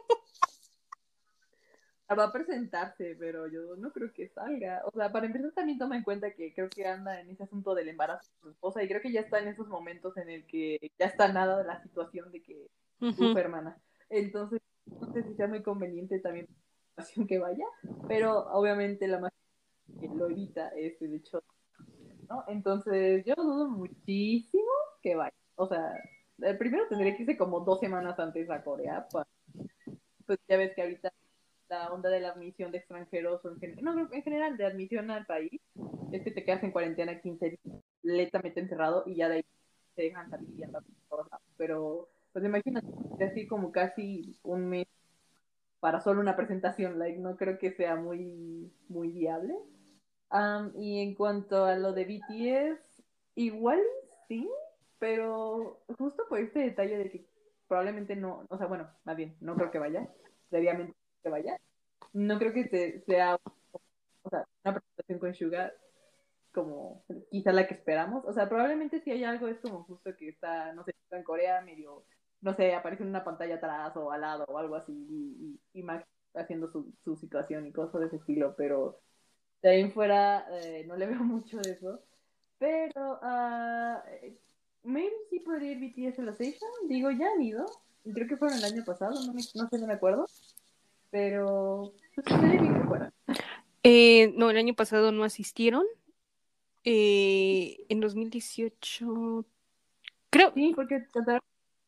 Va a presentarse, pero yo no creo que salga. O sea, para empezar también toma en cuenta que creo que anda en ese asunto del embarazo de su esposa y creo que ya está en esos momentos en el que ya está nada de la situación de que uh-huh. Uf, hermana. Entonces, no sé si sea muy conveniente también que vaya, pero obviamente la más que lo evita es el hecho, ¿no? Entonces, yo dudo muchísimo que vaya. O sea, el primero tendría que irse como dos semanas antes a Corea, para... pues ya ves que ahorita la onda de la admisión de extranjeros, o en, gen- no, en general de admisión al país, es que te quedas en cuarentena quince días, completamente encerrado y ya de ahí te dejan salir y andar por todos lados. Pero, pues imagínate, así como casi un mes para solo una presentación, like, no creo que sea muy, muy viable. Um, y en cuanto a lo de B T S, igual sí, pero justo por este detalle de que probablemente no, o sea, bueno, más bien, no creo que vaya, seriamente que vaya, no creo que te, sea, o sea, una presentación con Suga como quizá la que esperamos, o sea, probablemente si hay algo es como justo que está, no sé, está en Corea medio, no sé, aparece en una pantalla atrás o al lado o algo así y, y, y Max haciendo su, su situación y cosas de ese estilo, pero de ahí en fuera eh, no le veo mucho de eso, pero uh, maybe sí podría ir B T S a la Station, digo, ya han ido, creo que fueron el año pasado, no, me, no sé, no me acuerdo, pero pues estaría bien que fuera. Eh, no, el año pasado no asistieron. Eh, en dos mil dieciocho, creo. Sí, porque cantaron.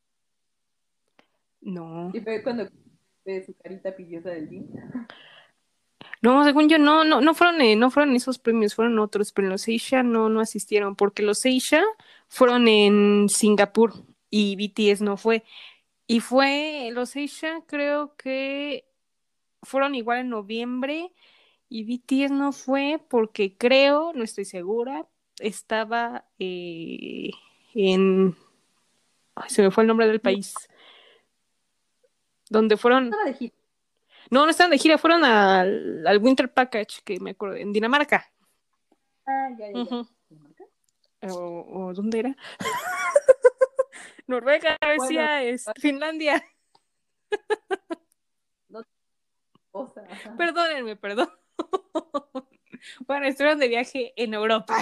No. Y fue cuando eh, su carita pidiosa del Jin. No, según yo, no, no, no fueron, eh, no fueron esos premios, fueron otros, pero los Asia no, no asistieron, porque los Asia fueron en Singapur y B T S no fue. Y fue, los Asia creo que fueron igual en noviembre y B T S no fue porque creo, no estoy segura, estaba eh, en... Ay, se me fue el nombre del país. Donde fueron... Estaba de gira. No, no estaban de gira, fueron al, al Winter Package, que me acuerdo, en Dinamarca. Ah, ya, ya, ya. Uh-huh. O, o ¿dónde era? Noruega, Bueno, decía, es Finlandia. no, o sea, Perdónenme, perdón. Bueno, estuvieron de viaje en Europa.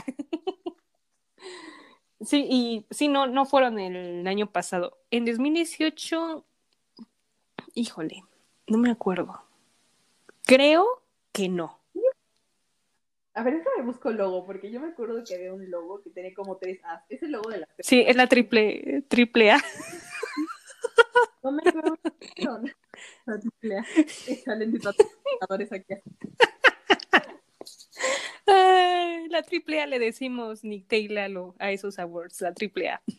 Sí, y sí, no, no fueron el año pasado. En dos mil dieciocho, híjole, no me acuerdo. Creo que no. a ver, déjame busco el logo, porque yo me acuerdo que había un logo que tenía como tres A's. Es el logo de la Sí, es la triple, triple A. No me acuerdo. No, la triple A. Salen mis patrocinadores aquí. Ay, la triple A le decimos Nick Taylor a esos awards, la triple A.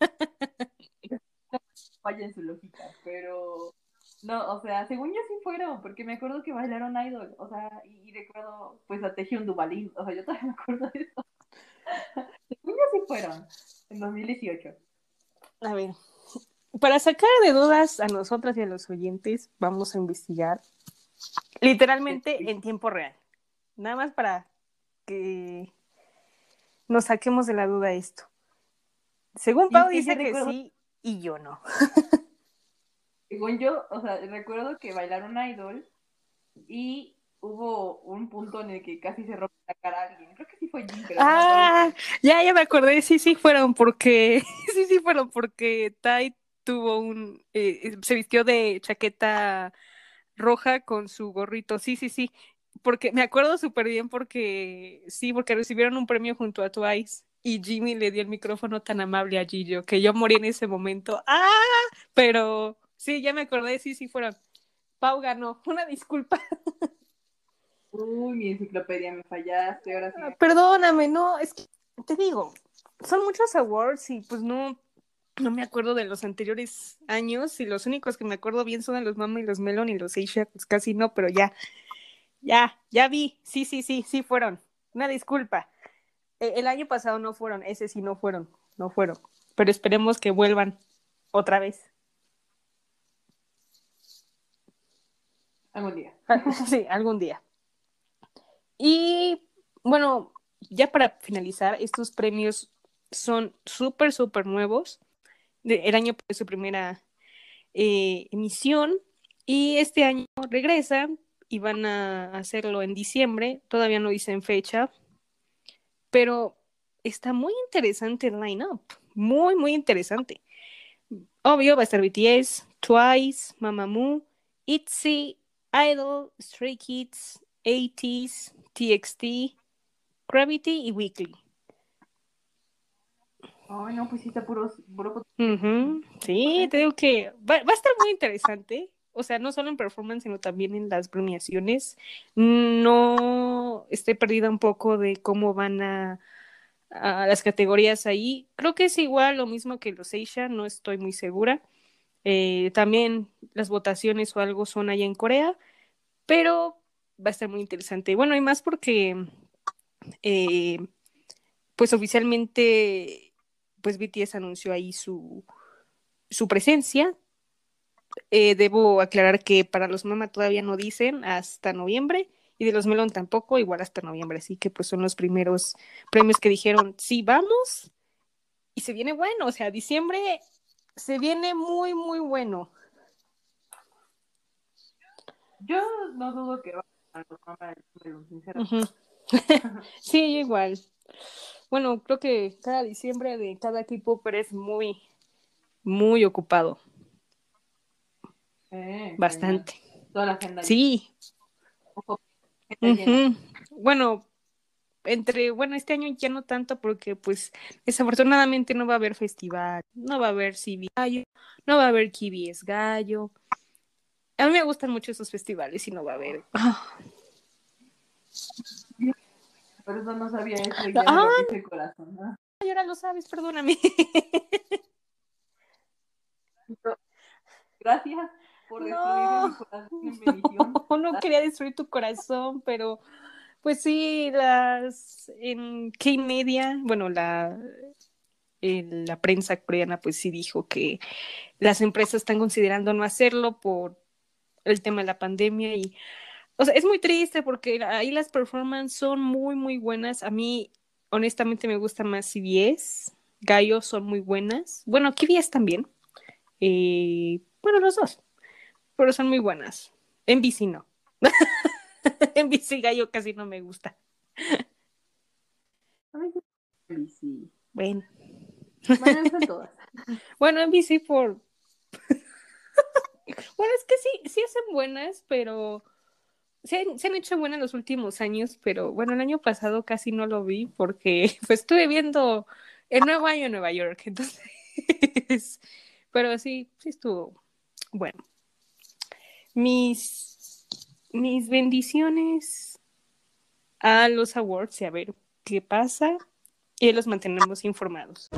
Falla en su lógica, pero no, o sea, según yo sí fueron, porque me acuerdo que bailaron Idol, o sea, y, y recuerdo pues a Taehyung Duvalin, o sea, yo todavía me acuerdo de eso. Según yo sí fueron, en dos mil dieciocho. A ver, para sacar de dudas a nosotras y a los oyentes, vamos a investigar literalmente en tiempo real. Nada más para que nos saquemos de la duda esto. Según Pau dice que recuerdo... sí y yo no. Según yo, o sea, recuerdo que bailaron Idol y hubo un punto en el que casi se rompe la cara a alguien. Creo que sí fue Jin, pero ah, no que... ya, ya me acordé, sí, sí fueron porque, sí, sí fueron porque Tai tuvo un, eh, se vistió de chaqueta roja con su gorrito, sí, sí, sí, porque me acuerdo súper bien porque, sí, porque recibieron un premio junto a Twice y Jimmy le dio el micrófono tan amable a Gillo que yo morí en ese momento. ¡Ah! Pero sí, ya me acordé, sí, sí fueron. Pau ganó, una disculpa. Uy, mi enciclopedia, me fallaste, ahora sí. Me... Perdóname, no, es que te digo, son muchos awards y pues no, no me acuerdo de los anteriores años y los únicos que me acuerdo bien son de los Mama y los Melon y los Asia, pues casi no, pero ya, ya, ya vi, sí, sí, sí, sí fueron. Una disculpa. El año pasado no fueron, ese sí no fueron, no fueron, pero esperemos que vuelvan otra vez. Algún día. Sí, algún día. Y bueno, ya para finalizar, estos premios son súper, súper nuevos. El año fue su primera eh, emisión y este año regresan y van a hacerlo en diciembre. Todavía no dicen fecha, pero está muy interesante el line-up. Muy, muy interesante. Obvio, va a estar B T S, Twice, Mamamoo, ITZY, Idol, Stray Kids, ATEEZ, T X T, Gravity y Weekly. Ay, no, pues sí, está puro... puro... Uh-huh. Sí, te digo que va, va a estar muy interesante. O sea, no solo en performance, sino también en las premiaciones. No estoy perdida un poco de cómo van a, a las categorías ahí. Creo que es igual lo mismo que los Asia, no estoy muy segura. Eh, también las votaciones o algo son allá en Corea, pero va a estar muy interesante. Bueno, y más porque eh, pues oficialmente pues B T S anunció ahí su, su presencia. Eh, debo aclarar que para los Mama todavía no dicen hasta noviembre y de los Melon tampoco, igual hasta noviembre, así que pues son los primeros premios que dijeron, sí, vamos, y se viene bueno, o sea, diciembre se viene muy, muy bueno. Yo no dudo que va a los Mama, sinceramente. Uh-huh. Sí, yo igual. Bueno, creo que cada diciembre de cada K-Popper es muy, muy ocupado. Eh, Bastante. toda la agenda. Sí. Ojo, uh-huh. Bueno, entre, bueno, este año ya no tanto porque pues desafortunadamente no va a haber festival, no va a haber C B Gallo, no va a haber K B S Gallo. A mí me gustan mucho esos festivales y no va a haber. Por eso no sabía eso y ya Ah, me rompiste el corazón, ¿no? Ay, ahora lo sabes, perdóname. Gracias por destruirme No, mi corazón en bendición. no, no quería destruir tu corazón, pero pues sí, las en K-Media, bueno, la, en la prensa coreana pues sí dijo que las empresas están considerando no hacerlo por el tema de la pandemia y, o sea, es muy triste porque ahí las performances son muy, muy buenas. A mí, honestamente, me gusta más C B S. Gallo son muy buenas. Bueno, K B S también. Eh, bueno, los dos, pero son muy buenas. En B C no. En B C Gallo casi no me gusta. Sí. Bueno. Bueno, están todas. Bueno, en B C por... Bueno, es que sí, sí hacen buenas, pero se han, se han hecho buenas los últimos años, pero bueno, el año pasado casi no lo vi porque pues estuve viendo el nuevo año en Nueva York, entonces, pero sí, sí estuvo bueno. Mis, mis bendiciones a los awards y a ver qué pasa y los mantenemos informados.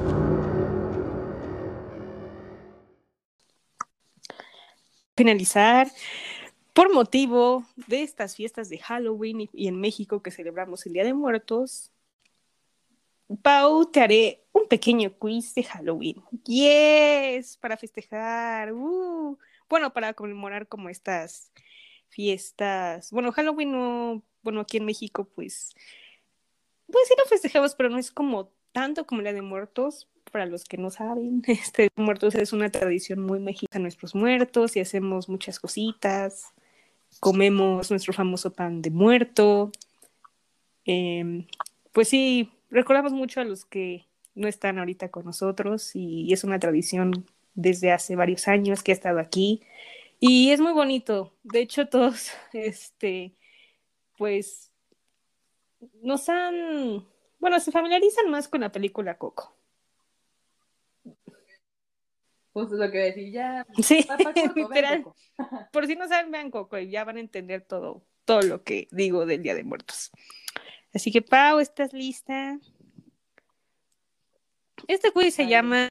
Finalizar. Por motivo de estas fiestas de Halloween y, y en México que celebramos el Día de Muertos, Pau, te haré un pequeño quiz de Halloween. Yes, para festejar. Uh. Bueno, para conmemorar como estas fiestas. Bueno, Halloween no, bueno, aquí en México, pues, pues sí lo festejamos, pero no es como tanto como la de Muertos. Para los que no saben, este Muertos es una tradición muy mexicana, nuestros muertos, y hacemos muchas cositas. Comemos nuestro famoso pan de muerto. Eh, pues sí, recordamos mucho a los que no están ahorita con nosotros y es una tradición desde hace varios años que ha estado aquí y es muy bonito. De hecho, todos este, pues nos han, bueno, se familiarizan más con la película Coco. Justo lo que decía, ya. Sí, Papá Coco, literal. Coco. Por si no saben, vean Coco y ya van a entender todo, todo lo que digo del Día de Muertos. Así que, Pau, ¿estás lista? Este quiz se Vale. llama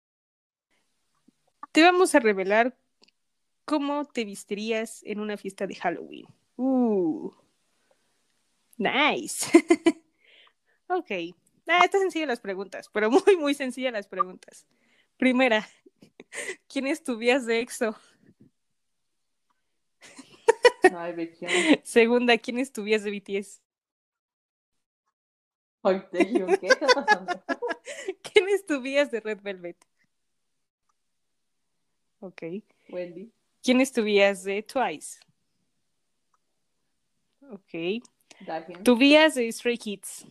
Te vamos a revelar cómo te vestirías en una fiesta de Halloween. Uh, nice. Ok. Ah, está sencilla las preguntas, pero muy, muy sencilla las preguntas. Primera, ¿quién es tu vías de EXO? Ay, Becchio. Segunda, ¿quién es tu vías de B T S? Ay, Taehyung, ¿qué está pasando? ¿Quién es tu vías de Red Velvet? Ok. Wendy. ¿Quién es tu vías de Twice? Ok. Dagen. Tu vías de Stray Kids.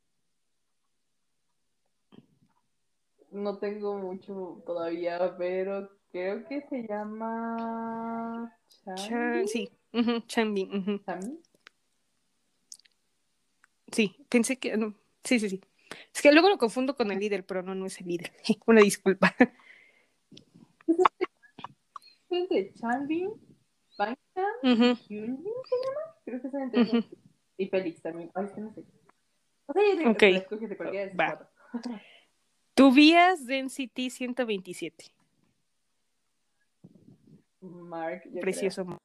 No tengo mucho todavía, pero creo que se llama Chan, sí, uh-huh. Chanbin. Uh-huh. ¿Chanbin? Sí, pensé que no. Sí, sí, sí. Es que luego lo confundo con el líder, pero no, no es el líder. Una disculpa. Es de Chanbin, Bangtan Uh-huh. y Hyunjin, ¿se llama? Creo que son entre esos. Uh-huh. Y Félix también. Ay, es que no sé. O sea, yo digo Ok. que la escoges de cualquiera de esos Va. cuatro. Tu vías de N C T ciento veintisiete. Mark, yo Precioso. creo.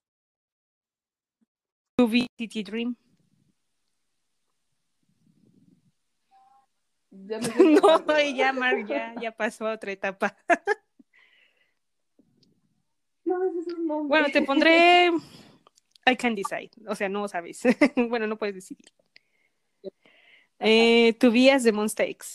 Tu vías N C T Dream. Ya me siento No, Mark, ¿verdad? ya Mark ya, ya pasó a otra etapa. No ves esos nombres. Bueno, te pondré I Can Decide. O sea, no sabes. Bueno, no puedes decidir. Eh, tu vías de Monsta X.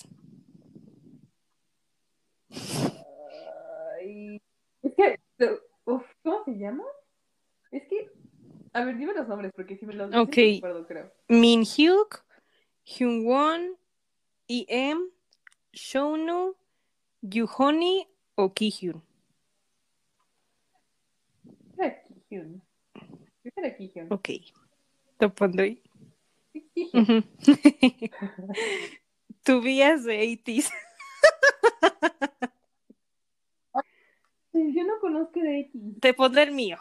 Ay, es que, uf, ¿cómo se llama? Es que, a ver, dime los nombres, porque si me los dices, Ok. me acuerdo, creo. Min Hyuk, Hyunwon, E M, Shownu, Yuhoni o Kihyun. Era Kihyun. Creo que era Kihyun. Ok. Te pondré. Kihyun. Uh-huh. Tu vías de eighties. Yo no conozco de X. Te pondré el mío.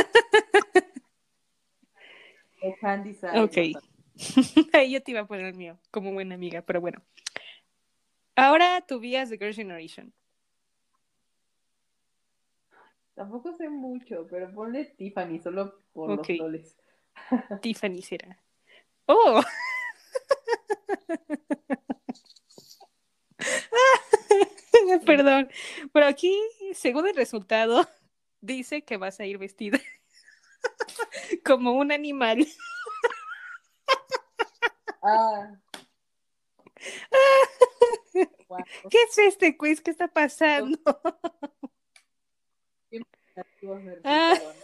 O Candy Side. Ok. Yo te iba a poner el mío, como buena amiga, pero bueno. Ahora tu vías de Girl Generation. Tampoco sé mucho, pero ponle Tiffany solo por Ok. los loles. Tiffany será. ¡Oh! Perdón, pero aquí, según el resultado, dice que vas a ir vestida como un animal. Ah. Wow. ¿Qué es este quiz? ¿Qué está pasando? Qué imaginativos me Ah. resultaron.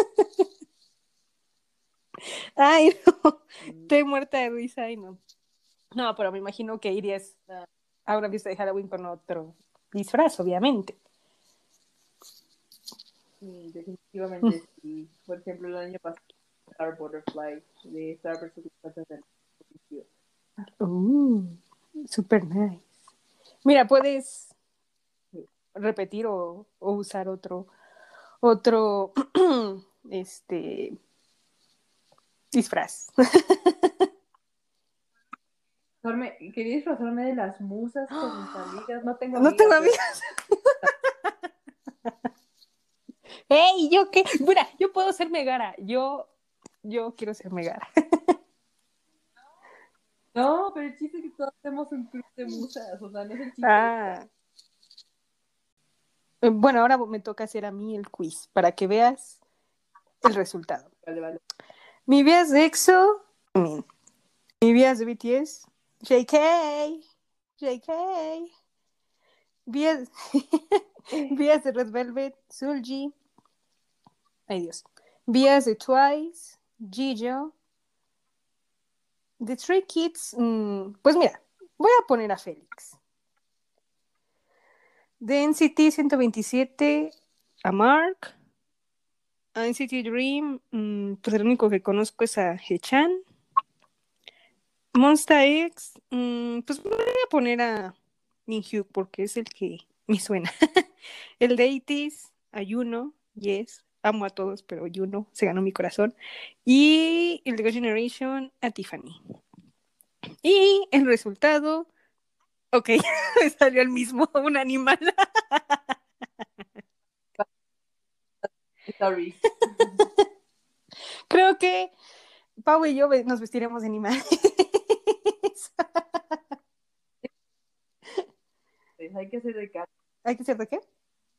Ay, no. Estoy muerta de risa. Ay, no. No, pero me imagino que irías Ah. a una fiesta de Halloween con otro disfraz, obviamente. Sí, definitivamente sí. Por ejemplo, el año pasado, Star Butterfly de Star versus Uh, super nice. Mira, puedes repetir o, o usar otro, otro, este, disfraz. Quería disfrazarme de las musas con mis amigas. No tengo No amigas. tengo amigas. ¡Ey! ¿Yo qué? Mira, yo puedo ser Megara. Yo, yo quiero ser Megara. No, pero el chiste es que todos hacemos un club de musas. O sea, no es el chiste. Ah. Bueno, ahora me toca hacer a mí el quiz para que veas el resultado. Vale, vale. Mi vías de EXO, mi vías de B T S, J K, J K, vías, vías de Red Velvet, Sulji, ay Dios, vías de Twice, Jihyo, de Stray Kids, mmm, pues mira, voy a poner a Félix. De N C T ciento veintisiete, a Mark. A N C T Dream, mmm, pues el único que conozco es a Hechan. Monsta X, mmm, pues voy a poner a Minhyuk porque es el que me suena. El de eighties, a Yuno, yes, amo a todos, pero Yuno se ganó mi corazón. Y el de Girls' Generation, a Tiffany. Y el resultado, ok, salió el mismo, un animal. Sorry. Creo que Pau y yo nos vestiremos de animales. Hay que hacer de cat. ¿Hay que hacer de qué?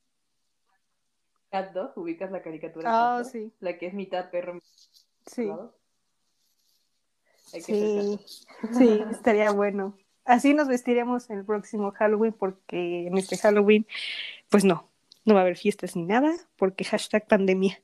Cat Dog, ubicas la caricatura Ah, Cat Dog, sí. la que es mitad perro, mitad sí. lado. Hay que sí, sí, estaría bueno. Así nos vestiremos el próximo Halloween porque en este Halloween, pues no, no va a haber fiestas ni nada porque hashtag pandemia.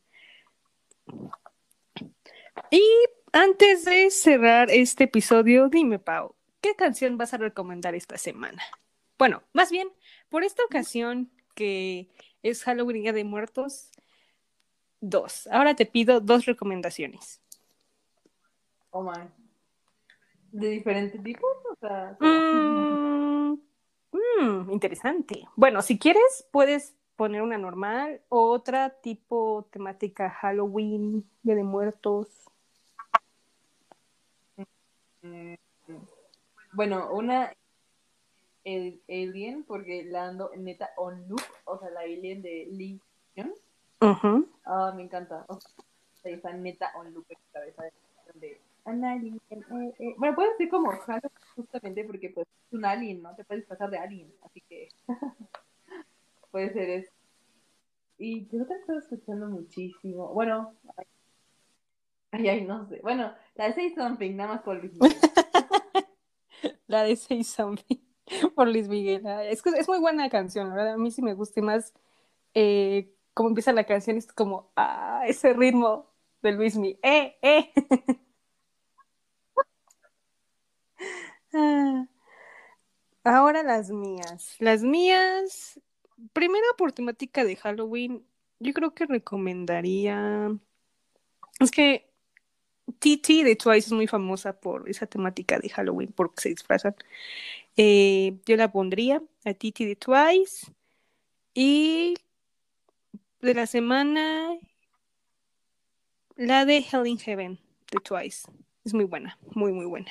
Y antes de cerrar este episodio, dime, Pau, ¿qué canción vas a recomendar esta semana? Bueno, más bien, por esta ocasión que es Halloween y Día de Muertos, dos. Ahora te pido dos recomendaciones. Oh my. ¿De diferentes tipos? O sea, mm, mm, interesante. Bueno, si quieres, puedes poner una normal o otra tipo temática Halloween, Día de Muertos. Bueno, una el Alien, porque la ando neta on loop, o sea, la Alien de Lee Young. Uh-huh. Ah, me encanta. O sea, está neta on loop en mi cabeza de an alien. Eh, eh. Bueno, puede ser como Halloween justamente porque pues es un alien, ¿no? Te puedes pasar de alien, así que puede ser eso. Y yo te estoy escuchando muchísimo. Bueno, ay, ay, no sé. Bueno, la de Say Something, nada más por Luis Miguel. La de Say Something por Luis Miguel. Es que es muy buena canción, la verdad. A mí sí me gusta y más eh, cómo empieza la canción. Es como, ah, ese ritmo de Luis Miguel. ¡Eh, eh! ah. Ahora las mías. Las mías, primero por temática de Halloween, yo creo que recomendaría... Es que Titi de Twice es muy famosa por esa temática de Halloween, porque se disfrazan. Eh, yo la pondría a Titi de Twice. Y de la semana, la de Hell in Heaven de Twice. Es muy buena, muy, muy buena.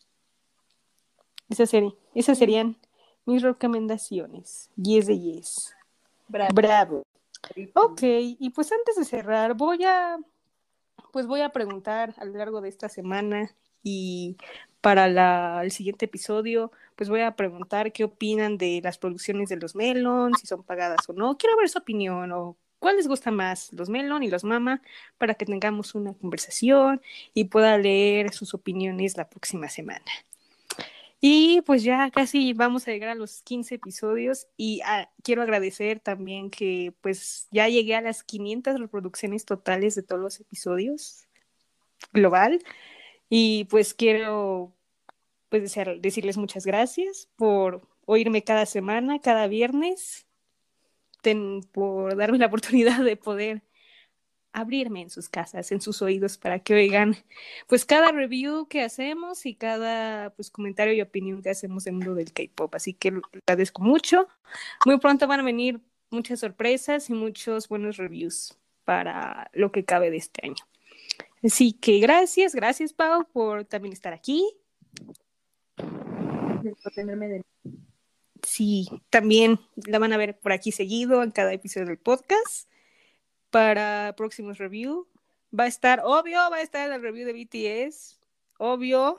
Esa serie, esas serían mis recomendaciones. Yes de yes. Bravo. Bravo. Ok, y pues antes de cerrar, voy a, pues voy a preguntar a lo largo de esta semana y para la, el siguiente episodio, pues voy a preguntar qué opinan de las producciones de los Melon, si son pagadas o no. Quiero ver su opinión o cuál les gusta más, los Melon y los Mama, para que tengamos una conversación y pueda leer sus opiniones la próxima semana. Y pues ya casi vamos a llegar a los quince episodios y ah, quiero agradecer también que pues ya llegué a las quinientas reproducciones totales de todos los episodios global y pues quiero pues desear, decirles muchas gracias por oírme cada semana, cada viernes, ten, por darme la oportunidad de poder abrirme en sus casas, en sus oídos, para que oigan pues cada review que hacemos y cada pues comentario y opinión que hacemos en el mundo del K-pop. Así que lo agradezco mucho. Muy pronto van a venir muchas sorpresas y muchos buenos reviews para lo que cabe de este año. Así que gracias, gracias Pau por también estar aquí. Gracias por tenerme de... Sí, también la van a ver por aquí seguido en cada episodio del podcast. Para próximos review. Va a estar, obvio, va a estar el review de B T S. Obvio.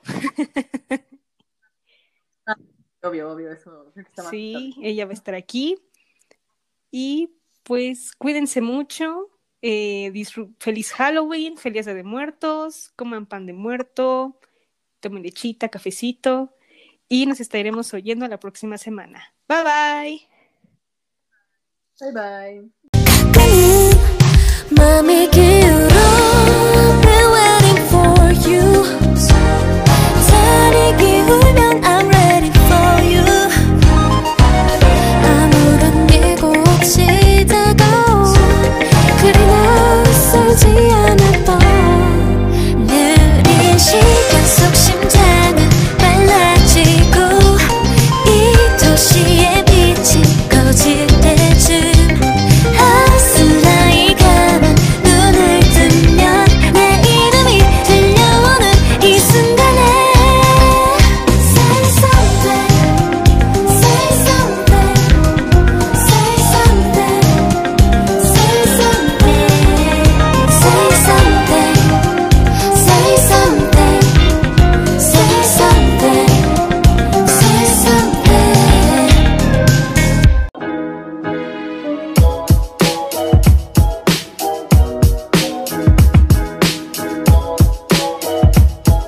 Ah, obvio, obvio, eso. Sí, ella va a estar aquí. Y pues cuídense mucho. Eh, disfr- feliz Halloween, feliz Día de Muertos. Coman pan de muerto. Tomen lechita, cafecito. Y nos estaremos oyendo la próxima semana. Bye bye. Bye bye. 마음이 기울어